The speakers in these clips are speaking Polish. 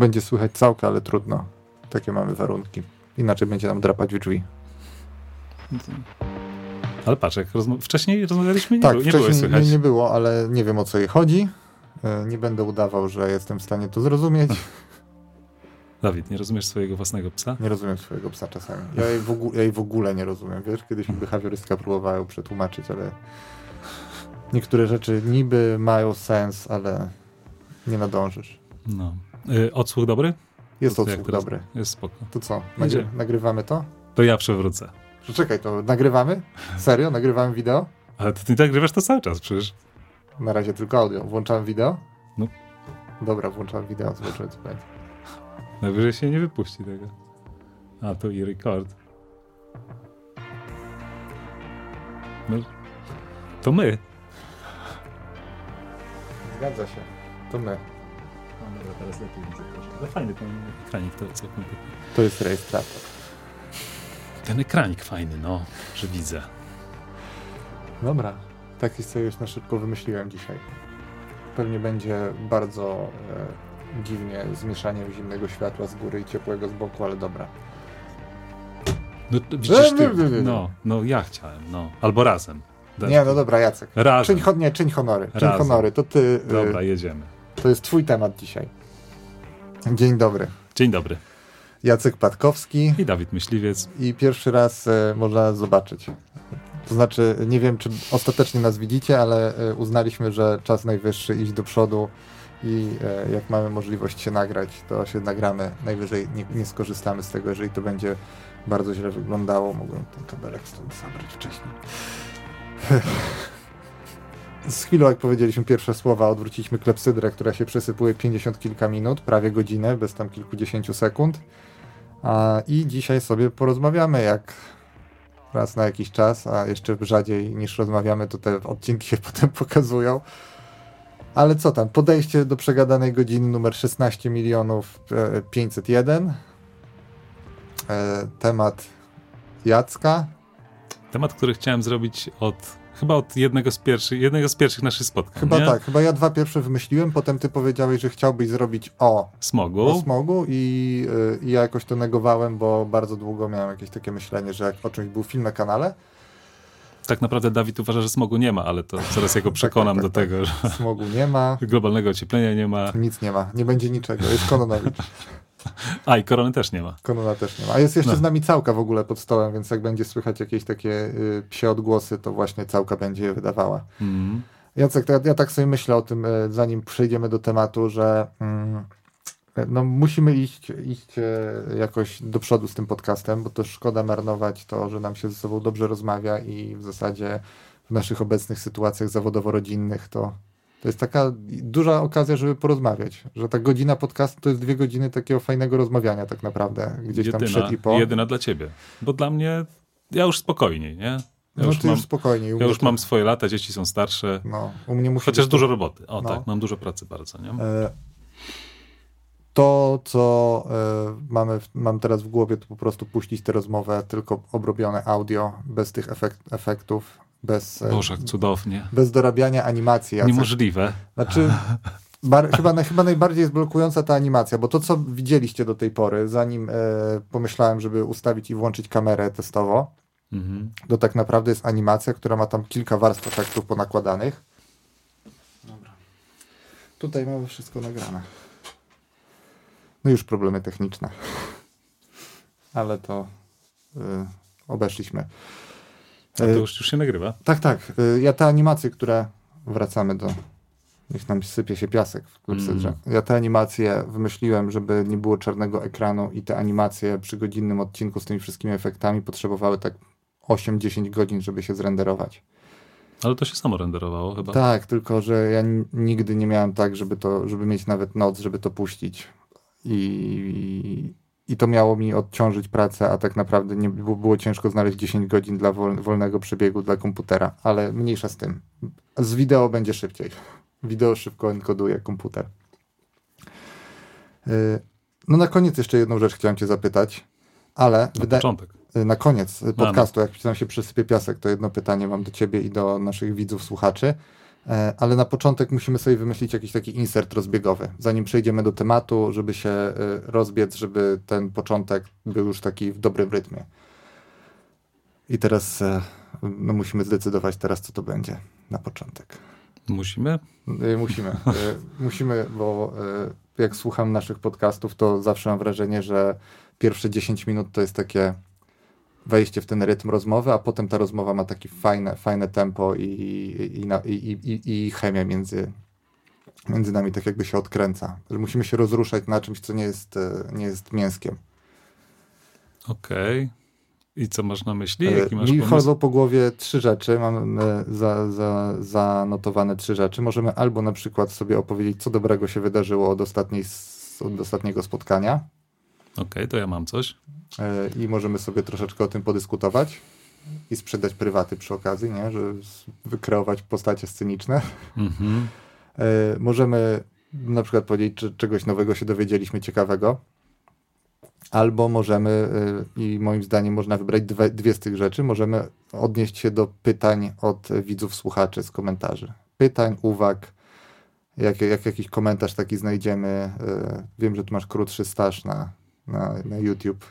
będzie słychać całkę, ale trudno. Takie mamy warunki. Inaczej będzie nam drapać w drzwi. Ale patrz, jak wcześniej rozmawialiśmy, tak, nie było słychać. Nie było, ale nie wiem, o co jej chodzi. Nie będę udawał, że jestem w stanie to zrozumieć. Dawid, nie rozumiesz swojego własnego psa? Nie rozumiem swojego psa czasami. Ja jej w ogóle nie rozumiem. Wiesz, kiedyś mi behawiorystka próbowała ją przetłumaczyć, ale niektóre rzeczy niby mają sens, ale nie nadążysz. No. Odsłuch dobry? Jest odsłuch dobry. Jest spoko. To co? Nagrywamy to? To ja przewrócę. Czekaj, to nagrywamy? Serio? Nagrywamy wideo? Ale to ty nagrywasz to cały czas przecież. Na razie tylko audio. Włączałem wideo? No. Dobra, włączałem wideo, zobaczymy co będzie. Najwyżej się nie wypuści tego. A, tu i record. No, to my. Zgadza się. To my. No dobra, teraz lepiej widzę. Ale fajny ten ekranik to całkiem. To jest rejestrator. Ten ekranik fajny, no, że widzę. Dobra. Taki sobie już na szybko wymyśliłem dzisiaj. Pewnie będzie bardzo dziwnie z mieszaniem zimnego światła z góry i ciepłego z boku, ale dobra. No widzisz ty, no ja chciałem, no. Albo razem. Nie, no dobra, Jacek. Razem. Czyń honory. Czyń honory, to ty... Dobra, jedziemy. To jest twój temat dzisiaj. Dzień dobry. Dzień dobry. Jacek Patkowski. I Dawid Myśliwiec. I pierwszy raz można zobaczyć. To znaczy, nie wiem, czy ostatecznie nas widzicie, ale uznaliśmy, że czas najwyższy iść do przodu i jak mamy możliwość się nagrać, to się nagramy. Najwyżej nie skorzystamy z tego, jeżeli to będzie bardzo źle wyglądało. Mogłem ten kabelek stąd zabrać wcześniej. Z chwilą, jak powiedzieliśmy pierwsze słowa, odwróciliśmy klepsydrę, która się przesypuje 50 kilka minut, prawie godzinę, bez tam kilkudziesięciu sekund. I dzisiaj sobie porozmawiamy, jak raz na jakiś czas, a jeszcze rzadziej niż rozmawiamy, to te odcinki się potem pokazują. Ale co tam, podejście do przegadanej godziny numer 16 501. Temat Jacka. Temat, który chciałem zrobić chyba od jednego z pierwszych naszych spotkań. Chyba nie? tak, chyba ja dwa pierwsze wymyśliłem, potem ty powiedziałeś, że chciałbyś zrobić o smogu i ja jakoś to negowałem, bo bardzo długo miałem jakieś takie myślenie, że jak o czymś był film na kanale. Tak naprawdę Dawid uważa, że smogu nie ma, ale to zaraz ja go przekonam do tego, że smogu nie ma. Globalnego ocieplenia nie ma. Nic nie ma, nie będzie niczego, jest Kononowicz. A i korony też nie ma. Korona też nie ma. A jest jeszcze z nami Całka w ogóle pod stołem, więc jak będzie słychać jakieś takie psie odgłosy, to właśnie Całka będzie je wydawała. Jacek, ja tak sobie myślę o tym, zanim przejdziemy do tematu, że no musimy iść jakoś do przodu z tym podcastem, bo to szkoda marnować to, że nam się ze sobą dobrze rozmawia i w zasadzie w naszych obecnych sytuacjach zawodowo-rodzinnych to jest taka duża okazja, żeby porozmawiać, że ta godzina podcastu to jest 2 godziny takiego fajnego rozmawiania tak naprawdę, gdzieś tam przed i po. Jedyna dla ciebie, bo dla mnie, ja już spokojniej, nie? Już spokojniej. Ja już mam swoje lata, dzieci są starsze. No, u mnie musi chociaż dużo roboty. Tak, mam dużo pracy bardzo, nie? To, co mam teraz w głowie, to po prostu puścić tę rozmowę tylko obrobione audio, bez tych efektów, bez... Boże, jak cudownie. Bez dorabiania animacji. Jacek. Niemożliwe. Znaczy, chyba najbardziej jest blokująca ta animacja, bo to, co widzieliście do tej pory, zanim pomyślałem, żeby ustawić i włączyć kamerę testowo, to tak naprawdę jest animacja, która ma tam kilka warstw efektów ponakładanych. Dobra. Tutaj mamy wszystko nagrane. No już problemy techniczne. Ale to obeszliśmy. A to już się nagrywa? Tak. Ja te animacje, które... Wracamy do... Niech nam sypie się piasek w klepsydrze. Ja te animacje wymyśliłem, żeby nie było czarnego ekranu i te animacje przy godzinnym odcinku z tymi wszystkimi efektami potrzebowały tak 8-10 godzin, żeby się zrenderować. Ale to się samo renderowało chyba. Tak, tylko że ja nigdy nie miałem tak, żeby mieć nawet noc, żeby to puścić. I to miało mi odciążyć pracę, a tak naprawdę nie było ciężko znaleźć 10 godzin dla wolnego przebiegu dla komputera, ale mniejsza z tym. Z wideo będzie szybciej. Wideo szybko enkoduje komputer. No na koniec jeszcze jedną rzecz chciałem cię zapytać, ale... Na koniec podcastu, jak nam się przesypie piasek, to jedno pytanie mam do ciebie i do naszych widzów, słuchaczy. ale na początek musimy sobie wymyślić jakiś taki insert rozbiegowy, zanim przejdziemy do tematu, żeby się rozbiec, żeby ten początek był już taki w dobrym rytmie. I teraz no musimy zdecydować teraz, co to będzie na początek. Musimy? Musimy, bo jak słucham naszych podcastów, to zawsze mam wrażenie, że pierwsze 10 minut to jest takie wejście w ten rytm rozmowy, a potem ta rozmowa ma takie fajne tempo i chemia między nami tak jakby się odkręca. Że musimy się rozruszać na czymś, co nie jest mięskiem. Okej. I co masz na myśli? Jaki masz Mi pomysł? chodzą po głowie 3 rzeczy. Mam zanotowane 3 rzeczy. Możemy albo na przykład sobie opowiedzieć, co dobrego się wydarzyło od ostatniego spotkania. Okej, to ja mam coś. I możemy sobie troszeczkę o tym podyskutować i sprzedać prywaty przy okazji, nie? Że wykreować postacie sceniczne. Mhm. Możemy na przykład powiedzieć, czy czegoś nowego się dowiedzieliśmy ciekawego. Albo możemy, i moim zdaniem można wybrać dwie z tych rzeczy, możemy odnieść się do pytań od widzów, słuchaczy z komentarzy. Pytań, uwag, jak jakiś komentarz taki znajdziemy. Wiem, że tu masz krótszy staż na YouTube.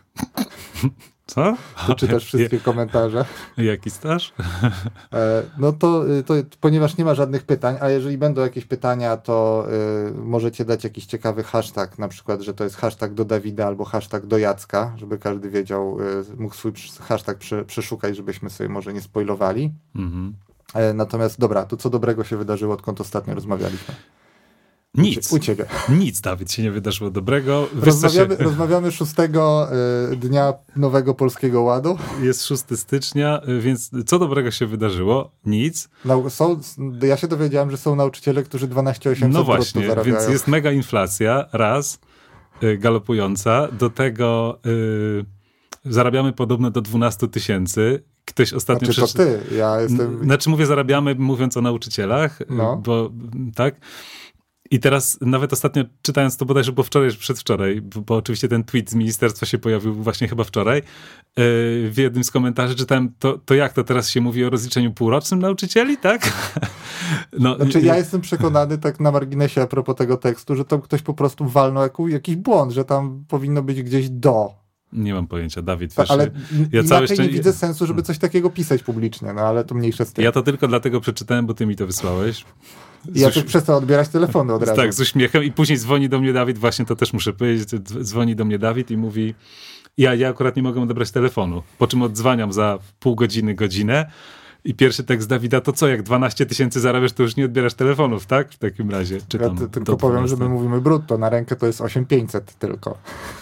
Co? To czytasz wszystkie komentarze. Jaki staż? No to ponieważ nie ma żadnych pytań, a jeżeli będą jakieś pytania, to możecie dać jakiś ciekawy hashtag, na przykład, że to jest hashtag do Dawida albo hashtag do Jacka, żeby każdy wiedział, mógł swój hashtag przeszukać, żebyśmy sobie może nie spoilowali. Mhm. Natomiast dobra, to co dobrego się wydarzyło, odkąd ostatnio rozmawialiśmy? Nic. U ciebie. Nic, Dawid, się nie wydarzyło dobrego. Rozmawiamy 6 dnia Nowego Polskiego Ładu. Jest 6 stycznia, więc co dobrego się wydarzyło? Nic. Ja się dowiedziałem, że są nauczyciele, którzy 12 800 No właśnie, zarabiają. Więc jest mega inflacja, raz, galopująca. Do tego zarabiamy podobno do 12 000. Ktoś ostatnio... Znaczy to ty, ja jestem... Znaczy mówię zarabiamy, mówiąc o nauczycielach, bo tak... I teraz nawet ostatnio czytając to bodajże było wczoraj, przedwczoraj, bo oczywiście ten tweet z ministerstwa się pojawił właśnie chyba wczoraj. W jednym z komentarzy czytałem, to jak to teraz się mówi o rozliczeniu półrocznym nauczycieli, tak? No, znaczy ja jestem przekonany tak na marginesie a propos tego tekstu, że tam ktoś po prostu walnął jakiś błąd, że tam powinno być gdzieś do. Nie mam pojęcia, Dawid. Wiesz, ale inaczej nie widzę sensu, żeby coś takiego pisać publicznie, no ale to mniejsze z tym. Ja to tylko dlatego przeczytałem, bo ty mi to wysłałeś. Ja też przestał odbierać telefony od razu. Tak, z uśmiechem i później dzwoni do mnie Dawid, właśnie to też muszę powiedzieć, dzwoni do mnie Dawid i mówi, ja akurat nie mogę odebrać telefonu, po czym odzwaniam za pół godziny, godzinę i pierwszy tekst Dawida, to co, jak 12 000 zarabiasz, to już nie odbierasz telefonów, tak? W takim razie. Czytam ja tylko powiem, że my mówimy brutto, na rękę to jest 8500 tylko.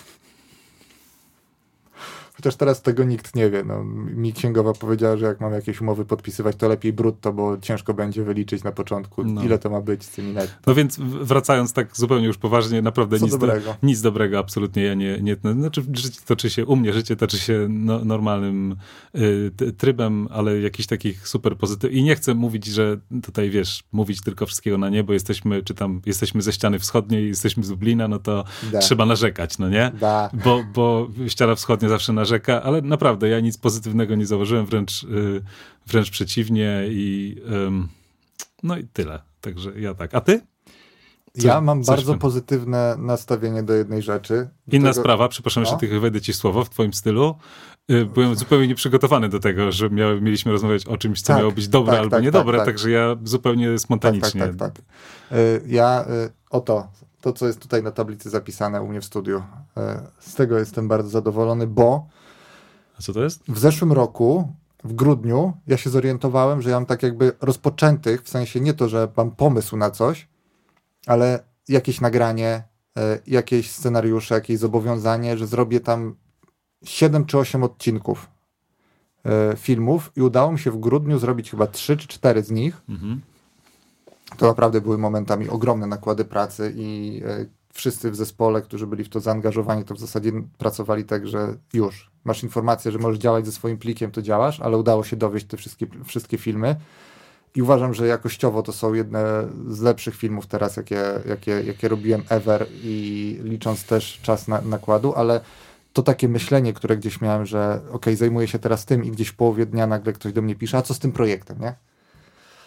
Chociaż teraz tego nikt nie wie. No, mi księgowa powiedziała, że jak mam jakieś umowy podpisywać, to lepiej brutto, bo ciężko będzie wyliczyć na początku, ile to ma być z tymi netto. No więc wracając tak zupełnie już poważnie, naprawdę nic dobrego absolutnie ja nie znaczy życie toczy się, u mnie życie toczy się normalnym trybem, ale jakichś takich super pozytywnych. I nie chcę mówić, że tutaj wiesz, mówić tylko wszystkiego na nie, bo jesteśmy ze ściany wschodniej, jesteśmy z Lublina, no to trzeba narzekać, no nie? Bo ściana wschodnia zawsze narzeka, ale naprawdę ja nic pozytywnego nie zauważyłem, wręcz przeciwnie no i tyle. Także ja tak. A ty? Ja mam bardzo pozytywne nastawienie do jednej rzeczy. Inna sprawa, przepraszam, jeszcze tylko wejdę ci słowo w twoim stylu. Byłem zupełnie nieprzygotowany do tego, że mieliśmy rozmawiać o czymś, co miało być dobre albo niedobre, także ja zupełnie spontanicznie. Tak. Ja to, co jest tutaj na tablicy zapisane u mnie w studiu, z tego jestem bardzo zadowolony, bo a co to jest? W zeszłym roku, w grudniu, ja się zorientowałem, że ja mam tak jakby rozpoczętych, w sensie nie to, że mam pomysł na coś, ale jakieś nagranie, jakieś scenariusze, jakieś zobowiązanie, że zrobię tam 7 czy 8 odcinków filmów i udało mi się w grudniu zrobić chyba 3 czy 4 z nich. Mhm. To naprawdę były momentami ogromne nakłady pracy i wszyscy w zespole, którzy byli w to zaangażowani, to w zasadzie pracowali tak, że już masz informację, że możesz działać ze swoim plikiem, to działasz, ale udało się dowieść te wszystkie filmy i uważam, że jakościowo to są jedne z lepszych filmów teraz, jakie robiłem ever i licząc też czas nakładu, ale to takie myślenie, które gdzieś miałem, że zajmuję się teraz tym i gdzieś w połowie dnia nagle ktoś do mnie pisze, a co z tym projektem, nie?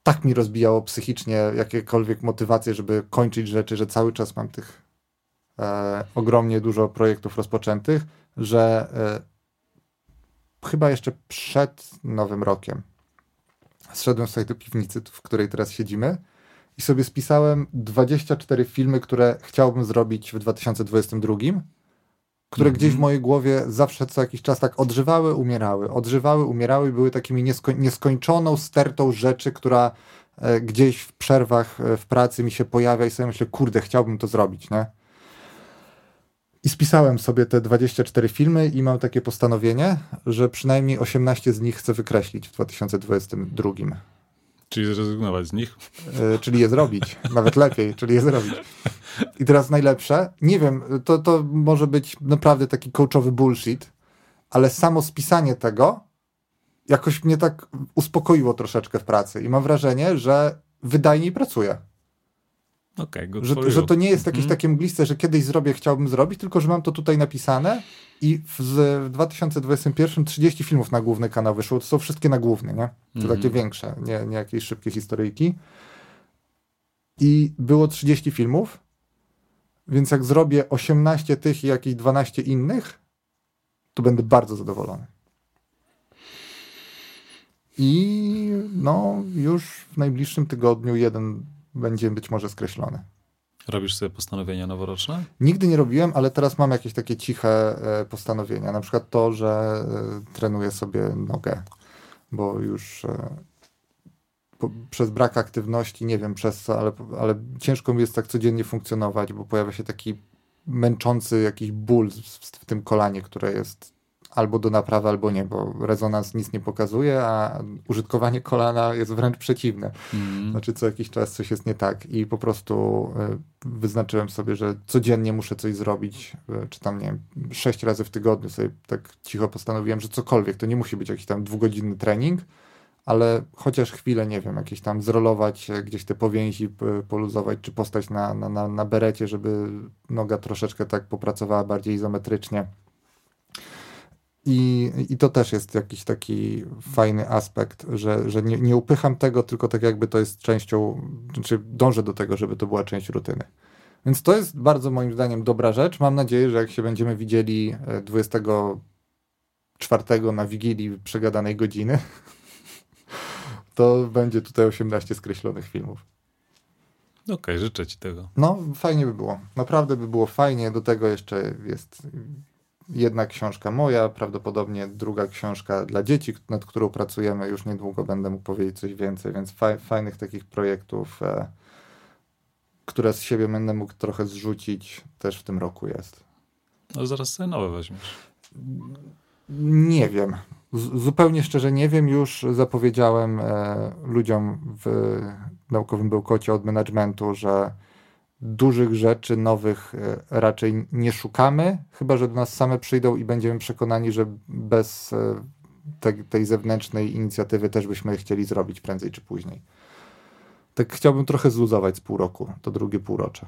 tak mi rozbijało psychicznie jakiekolwiek motywacje, żeby kończyć rzeczy, że cały czas mam tych ogromnie dużo projektów rozpoczętych, że chyba jeszcze przed Nowym Rokiem zszedłem sobie do piwnicy, w której teraz siedzimy i sobie spisałem 24 filmy, które chciałbym zrobić w 2022, które gdzieś w mojej głowie zawsze co jakiś czas tak odżywały, umierały i były takimi nieskończoną stertą rzeczy, która gdzieś w przerwach w pracy mi się pojawia i sobie myślę, kurde, chciałbym to zrobić, nie? I spisałem sobie te 24 filmy i mam takie postanowienie, że przynajmniej 18 z nich chcę wykreślić w 2022. Czyli zrezygnować z nich? Czyli je zrobić. Nawet lepiej, czyli je zrobić. I teraz najlepsze, nie wiem, to może być naprawdę taki coachowy bullshit, ale samo spisanie tego jakoś mnie tak uspokoiło troszeczkę w pracy i mam wrażenie, że wydajniej pracuję. Okay, że to nie jest jakieś takie mgliste, że kiedyś chciałbym zrobić, tylko że mam to tutaj napisane i w 2021 30 filmów na główny kanał wyszło. To są wszystkie na główny, nie? To takie większe, nie jakieś szybkie historyjki. I było 30 filmów, więc jak zrobię 18 tych i jakieś 12 innych, to będę bardzo zadowolony. I no już w najbliższym tygodniu jeden będzie być może skreślony. Robisz sobie postanowienia noworoczne? Nigdy nie robiłem, ale teraz mam jakieś takie ciche postanowienia. Na przykład to, że trenuję sobie nogę, bo już przez brak aktywności, nie wiem przez co, ale ciężko mi jest tak codziennie funkcjonować, bo pojawia się taki męczący jakiś ból w tym kolanie, które jest albo do naprawy, albo nie, bo rezonans nic nie pokazuje, a użytkowanie kolana jest wręcz przeciwne. Znaczy co jakiś czas coś jest nie tak i po prostu wyznaczyłem sobie, że codziennie muszę coś zrobić, czy tam nie wiem, 6 razy w tygodniu sobie tak cicho postanowiłem, że cokolwiek, to nie musi być jakiś tam 2-godzinny trening, ale chociaż chwilę, nie wiem, jakieś tam zrolować, gdzieś te powięzi poluzować, czy postać na berecie, żeby noga troszeczkę tak popracowała bardziej izometrycznie. I to też jest jakiś taki fajny aspekt, że nie upycham tego, tylko tak jakby to jest częścią, czy dążę do tego, żeby to była część rutyny. Więc to jest bardzo moim zdaniem dobra rzecz. Mam nadzieję, że jak się będziemy widzieli 24 na Wigilii przegadanej godziny, to będzie tutaj 18 skreślonych filmów. Okej, życzę ci tego. No, fajnie by było. Naprawdę by było fajnie. Do tego jeszcze jest jedna książka moja, prawdopodobnie druga książka dla dzieci, nad którą pracujemy. Już niedługo będę mógł powiedzieć coś więcej, więc fajnych takich projektów, które z siebie będę mógł trochę zrzucić, też w tym roku jest. No zaraz sobie nowe weźmiesz. Nie wiem. Zupełnie szczerze nie wiem. Już zapowiedziałem ludziom w Naukowym Bełkocie od managementu, że dużych rzeczy nowych raczej nie szukamy, chyba że do nas same przyjdą i będziemy przekonani, że bez tej zewnętrznej inicjatywy też byśmy je chcieli zrobić prędzej czy później. Tak chciałbym trochę zluzować z pół roku, to drugie półrocze.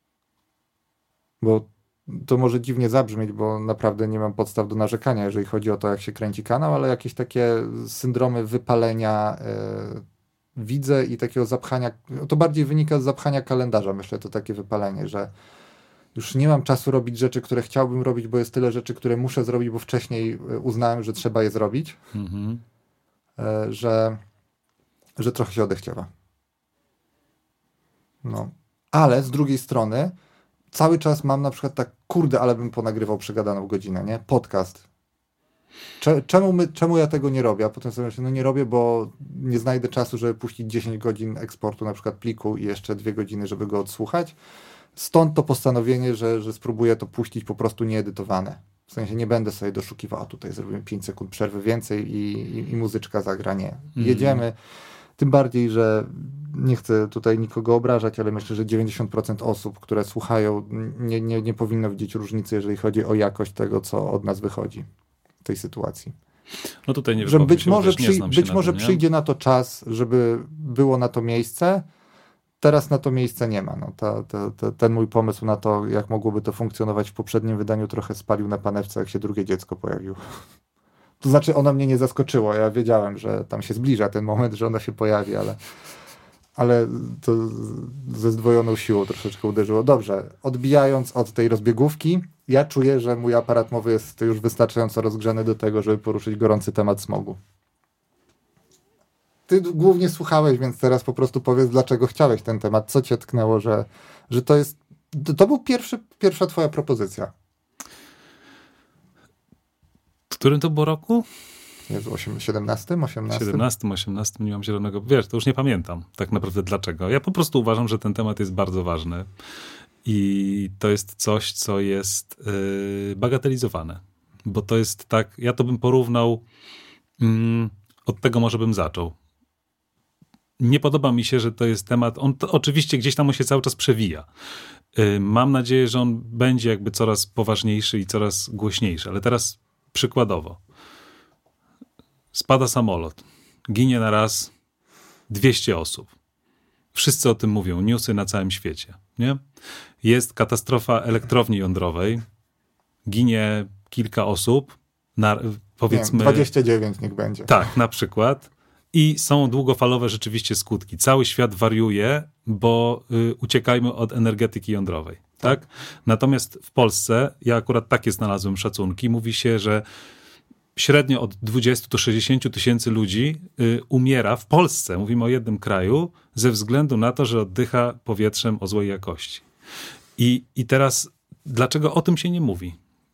Bo to może dziwnie zabrzmieć, bo naprawdę nie mam podstaw do narzekania, jeżeli chodzi o to, jak się kręci kanał, ale jakieś takie syndromy wypalenia widzę i takiego zapchania, to bardziej wynika z zapchania kalendarza, myślę, to takie wypalenie, że już nie mam czasu robić rzeczy, które chciałbym robić, bo jest tyle rzeczy, które muszę zrobić, bo wcześniej uznałem, że trzeba je zrobić, że trochę się odechciewa. No. Ale z drugiej strony cały czas mam na przykład tak, kurde, ale bym ponagrywał przegadaną godzinę, nie? Podcast. Czemu ja tego nie robię? A potem sobie myślę, no nie robię, bo nie znajdę czasu, żeby puścić 10 godzin eksportu na przykład pliku i jeszcze 2 godziny, żeby go odsłuchać. Stąd to postanowienie, że spróbuję to puścić po prostu nieedytowane. W sensie nie będę sobie doszukiwał, a tutaj zrobimy 5 sekund przerwy więcej i muzyczka zagra. Nie. Jedziemy. Tym bardziej, że nie chcę tutaj nikogo obrażać, ale myślę, że 90% osób, które słuchają, nie powinno widzieć różnicy, jeżeli chodzi o jakość tego, co od nas wychodzi w tej sytuacji. No tutaj nie że być może przyjdzie na to czas, żeby było na to miejsce. Teraz na to miejsca nie ma. No, ten mój pomysł na to, jak mogłoby to funkcjonować w poprzednim wydaniu, trochę spalił na panewce, jak się drugie dziecko pojawiło. To znaczy ono mnie nie zaskoczyło. Ja wiedziałem, że tam się zbliża ten moment, że ona się pojawi, ale to ze zdwojoną siłą troszeczkę uderzyło. Dobrze, odbijając od tej rozbiegówki, ja czuję, że mój aparat mowy jest już wystarczająco rozgrzany do tego, żeby poruszyć gorący temat smogu. Ty głównie słuchałeś, więc teraz po prostu powiedz, dlaczego chciałeś ten temat. Co cię tknęło, że to jest... To był pierwsza twoja propozycja. W którym to było roku? Jezu, 17? 18 nie mam zielonego... Wiesz, to już nie pamiętam tak naprawdę dlaczego. Ja po prostu uważam, że ten temat jest bardzo ważny i to jest coś, co jest bagatelizowane. Bo to jest tak... Ja to bym porównał... od tego może bym zaczął. Nie podoba mi się, że to jest temat... Oczywiście gdzieś tam on się cały czas przewija. Mam nadzieję, że on będzie jakby coraz poważniejszy i coraz głośniejszy. Ale teraz przykładowo. Spada samolot. Ginie na raz 200 osób. Wszyscy o tym mówią. Newsy na całym świecie. Nie? Jest katastrofa elektrowni jądrowej. Ginie kilka osób. Powiedzmy... 29 niech będzie. Tak, na przykład. I są długofalowe rzeczywiście skutki. Cały świat wariuje, bo uciekajmy od energetyki jądrowej. Tak? Natomiast w Polsce, ja akurat takie znalazłem szacunki, mówi się, że średnio od 20 do 60 tysięcy ludzi umiera w Polsce, mówimy o jednym kraju, ze względu na to, że oddycha powietrzem o złej jakości. I teraz, dlaczego o tym się nie mówi?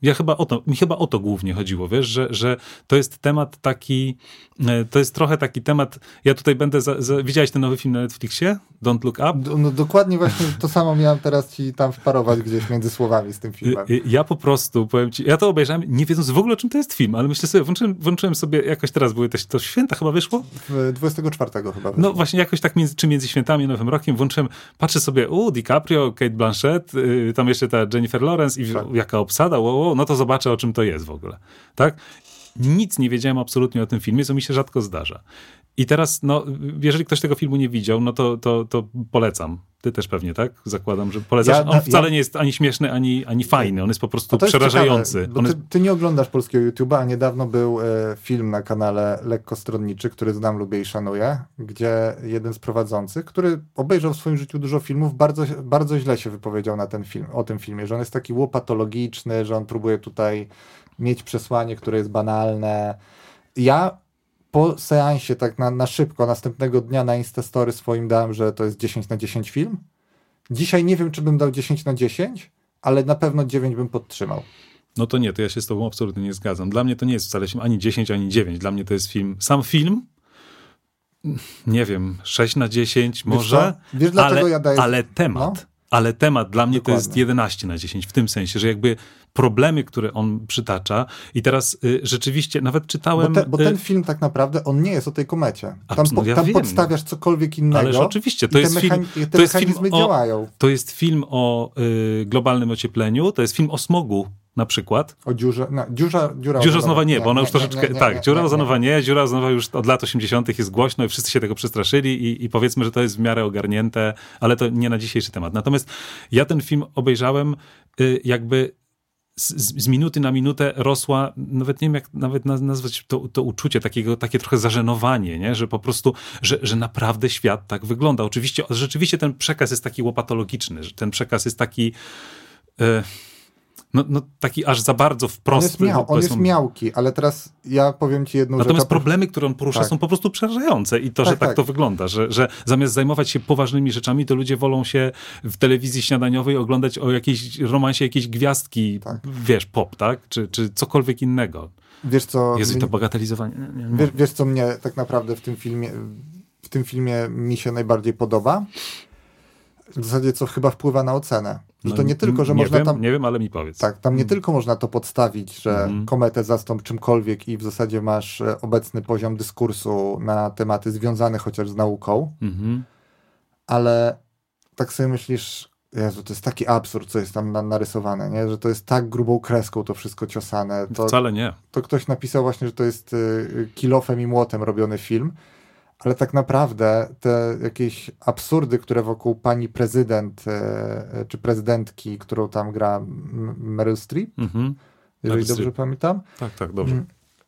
Mi chyba o to głównie chodziło, wiesz, że to jest temat taki, to jest trochę taki temat, ja tutaj będę, widziałeś ten nowy film na Netflixie? Don't Look Up? No dokładnie właśnie to samo miałem teraz ci tam wparować gdzieś między słowami z tym filmem. Ja po prostu, powiem ci, ja to obejrzałem nie wiedząc w ogóle o czym to jest film, ale myślę sobie, włączyłem sobie, jakoś teraz były to święta chyba wyszło? 24 chyba wyszło. No właśnie jakoś tak między świętami a Nowym Rokiem włączyłem, patrzę sobie, DiCaprio, Kate Blanchett, tam jeszcze ta Jennifer Lawrence i jaka obsada, no to zobaczę o czym to jest w ogóle, tak? Nic nie wiedziałem absolutnie o tym filmie, co mi się rzadko zdarza. I teraz, no, jeżeli ktoś tego filmu nie widział, no to polecam. Ty też pewnie, tak? Zakładam, że polecasz. On wcale nie jest ani śmieszny, ani fajny. On jest po prostu przerażający. Ciekawe, ty nie oglądasz polskiego YouTube'a, a niedawno był film na kanale Lekkostronniczy, który znam, lubię i szanuję, gdzie jeden z prowadzących, który obejrzał w swoim życiu dużo filmów, bardzo, bardzo źle się wypowiedział na o tym filmie, że on jest taki łopatologiczny, że on próbuje tutaj mieć przesłanie, które jest banalne. Ja po seansie tak na szybko, następnego dnia na Instastory swoim dałem, że to jest 10/10 film. Dzisiaj nie wiem, czy bym dał 10/10, ale na pewno 9 bym podtrzymał. No to nie, to ja się z tobą absolutnie nie zgadzam. Dla mnie to nie jest wcale film ani 10, ani 9. Dla mnie to jest film, sam film, nie wiem, 6/10 może, Wiesz, dlaczego ja daję... ale temat. No? Ale temat dla mnie dokładnie. To jest 11/10 w tym sensie, że jakby problemy, które on przytacza i teraz rzeczywiście nawet czytałem... Bo ten film tak naprawdę, on nie jest o tej komecie. Tam podstawiasz cokolwiek innego. Ależ oczywiście, to jest mechanizmy działają. To jest film o globalnym ociepleniu, to jest film o smogu na przykład. O dziurze. Dziura ozonowa nie, bo ona już troszeczkę... Dziura ozonowa nie, dziura ozonowa już od lat 80. jest głośno i wszyscy się tego przestraszyli i powiedzmy, że to jest w miarę ogarnięte, ale to nie na dzisiejszy temat. Natomiast ja ten film obejrzałem jakby z minuty na minutę rosła, nawet nie wiem jak nawet nazwać to uczucie, takie trochę zażenowanie, nie? Że po prostu, że naprawdę świat tak wygląda. Oczywiście, rzeczywiście ten przekaz jest taki łopatologiczny, że ten przekaz jest taki taki aż za bardzo wprost. On jest miałki, ale teraz ja powiem ci jedną rzecz. Natomiast problemy, które on porusza, są po prostu przerażające i to, że tak to wygląda, że zamiast zajmować się poważnymi rzeczami, to ludzie wolą się w telewizji śniadaniowej oglądać o jakiejś romansie, jakiejś gwiazdki, wiesz, pop, tak? Czy cokolwiek innego. Wiesz co... Jezu, to bagatelizowanie. Wiesz co mnie tak naprawdę w tym filmie mi się najbardziej podoba? W zasadzie co chyba wpływa na ocenę. Że to nie tylko, że można tam... Nie wiem, ale mi powiedz. Tak, tam nie tylko można to podstawić, że kometę zastąp czymkolwiek i w zasadzie masz obecny poziom dyskursu na tematy związane chociaż z nauką, ale tak sobie myślisz, Jezu, to jest taki absurd, co jest tam narysowane, nie? Że to jest tak grubą kreską to wszystko ciosane. Wcale nie. To ktoś napisał właśnie, że to jest kilofem i młotem robiony film, ale tak naprawdę te jakieś absurdy, które wokół pani prezydent czy prezydentki, którą tam gra Meryl Streep, jeżeli dobrze pamiętam. Tak, dobrze.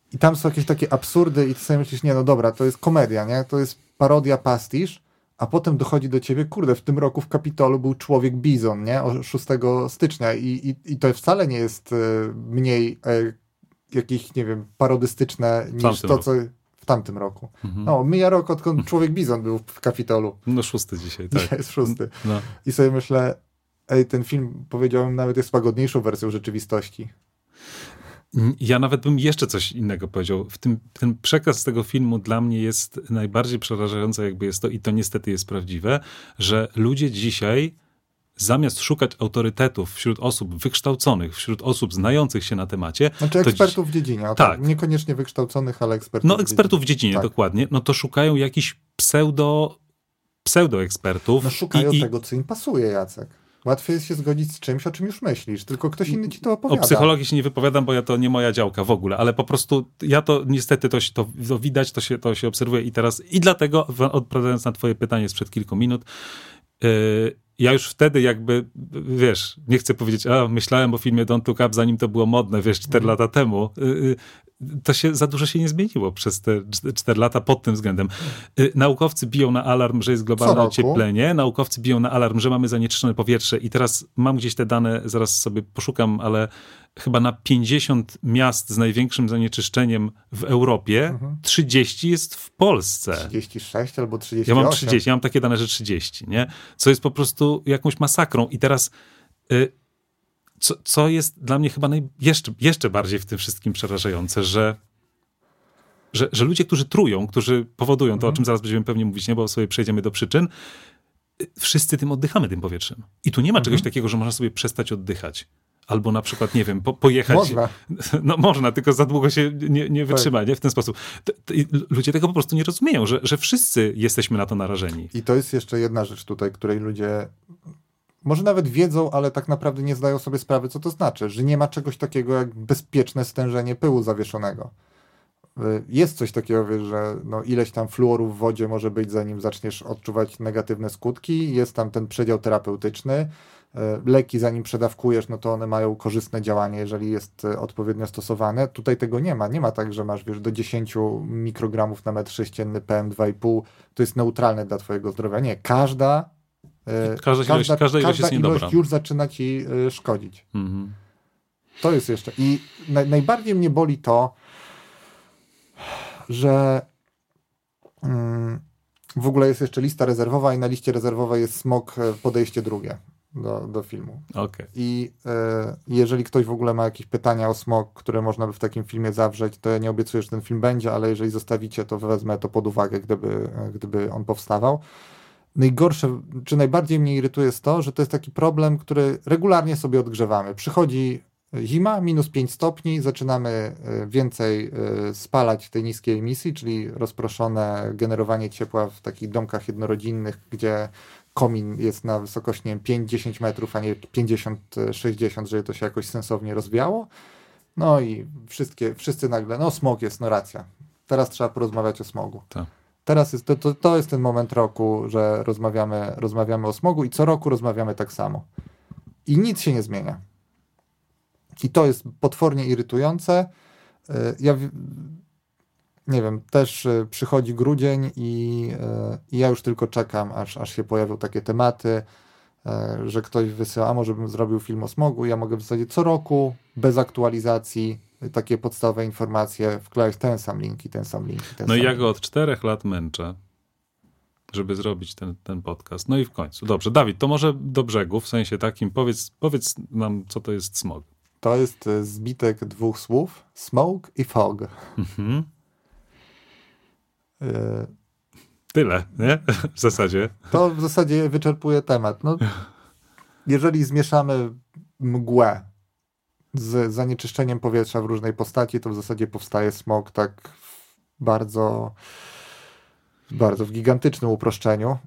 I tam są jakieś takie absurdy i ty sobie myślisz, nie, no dobra, to jest komedia, nie? To jest parodia, pastisz, a potem dochodzi do ciebie, kurde, w tym roku w Kapitolu był Człowiek Bizon, nie? O 6 stycznia i to wcale nie jest mniej jakieś, nie wiem, parodystyczne niż to, co w tamtym roku. No, mija rok, odkąd Człowiek Bizon był w Kapitolu. No 6 dzisiaj, tak. Dzisiaj jest 6. No. I sobie myślę, ten film, powiedziałem, nawet jest łagodniejszą wersją rzeczywistości. Ja nawet bym jeszcze coś innego powiedział. Ten przekaz tego filmu dla mnie jest najbardziej przerażający, jakby jest to, i to niestety jest prawdziwe, że ludzie dzisiaj zamiast szukać autorytetów wśród osób wykształconych, wśród osób znających się na temacie... Znaczy ekspertów w dziedzinie. Tak. Niekoniecznie wykształconych, ale ekspertów No ekspertów w dziedzinie, tak. Dokładnie. No to szukają jakichś pseudo-ekspertów. No szukają tego, co im pasuje, Jacek. Łatwiej jest się zgodzić z czymś, o czym już myślisz, tylko ktoś inny ci to opowiada. O psychologii się nie wypowiadam, bo to nie moja działka w ogóle, ale po prostu ja to niestety to widać, to się obserwuje i dlatego, odpowiadając na twoje pytanie sprzed kilku minut, ja już wtedy jakby, wiesz, nie chcę powiedzieć, myślałem o filmie Don't Look Up, zanim to było modne, wiesz, 4 lata temu. To za dużo się nie zmieniło przez te 4 lata pod tym względem. Naukowcy biją na alarm, że jest globalne ocieplenie. Naukowcy biją na alarm, że mamy zanieczyszczone powietrze i teraz mam gdzieś te dane, zaraz sobie poszukam, ale chyba na 50 miast z największym zanieczyszczeniem w Europie 30 jest w Polsce. 36 albo 38. Ja mam 30, ja mam takie dane, że 30, nie? Co jest po prostu jakąś masakrą i teraz... Co jest dla mnie chyba jeszcze bardziej w tym wszystkim przerażające, że ludzie, którzy trują, którzy powodują to, o czym zaraz będziemy pewnie mówić, nie, bo sobie przejdziemy do przyczyn, wszyscy tym oddychamy, tym powietrzem. I tu nie ma czegoś takiego, że można sobie przestać oddychać. Albo na przykład, nie wiem, pojechać... Można. No można, tylko za długo się nie wytrzyma, nie? W ten sposób. Ludzie tego po prostu nie rozumieją, że wszyscy jesteśmy na to narażeni. I to jest jeszcze jedna rzecz tutaj, której ludzie... Może nawet wiedzą, ale tak naprawdę nie zdają sobie sprawy, co to znaczy, że nie ma czegoś takiego jak bezpieczne stężenie pyłu zawieszonego. Jest coś takiego, wiesz, że no ileś tam fluoru w wodzie może być, zanim zaczniesz odczuwać negatywne skutki. Jest tam ten przedział terapeutyczny. Leki, zanim przedawkujesz, no to one mają korzystne działanie, jeżeli jest odpowiednio stosowane. Tutaj tego nie ma. Nie ma tak, że masz, wiesz, do 10 mikrogramów na metr sześcienny PM2,5. To jest neutralne dla twojego zdrowia. Nie, każda ilość jest niedobra. Już zaczyna ci szkodzić. To jest jeszcze. I najbardziej mnie boli to, że w ogóle jest jeszcze lista rezerwowa i na liście rezerwowej jest Smog podejście drugie do filmu. Okay. I jeżeli ktoś w ogóle ma jakieś pytania o Smog, które można by w takim filmie zawrzeć, to ja nie obiecuję, że ten film będzie, ale jeżeli zostawicie, to wezmę to pod uwagę, gdyby on powstawał. Najgorsze, czy najbardziej mnie irytuje jest to, że to jest taki problem, który regularnie sobie odgrzewamy. Przychodzi zima, minus 5 stopni, zaczynamy więcej spalać tej niskiej emisji, czyli rozproszone generowanie ciepła w takich domkach jednorodzinnych, gdzie komin jest na wysokości, nie wiem, 5-10 metrów, a nie 50-60, żeby to się jakoś sensownie rozwijało. No i wszyscy nagle, smog jest, racja. Teraz trzeba porozmawiać o smogu. Tak. Teraz to jest ten moment roku, że rozmawiamy o smogu i co roku rozmawiamy tak samo. I nic się nie zmienia. I to jest potwornie irytujące. Ja nie wiem, też przychodzi grudzień i ja już tylko czekam, aż się pojawią takie tematy, że ktoś wysyła, a może bym zrobił film o smogu. Ja mogę w zasadzie co roku, bez aktualizacji, takie podstawowe informacje wklejać ten sam link. No i ja go od 4 lat męczę, żeby zrobić ten podcast. No i w końcu. Dobrze, Dawid, to może do brzegu, w sensie takim, powiedz nam, co to jest smog. To jest zbitek 2 słów, smoke i fog. Tyle, nie? W zasadzie. To w zasadzie wyczerpuje temat. No, jeżeli zmieszamy mgłę z zanieczyszczeniem powietrza w różnej postaci, to w zasadzie powstaje smog tak bardzo, bardzo w gigantycznym uproszczeniu.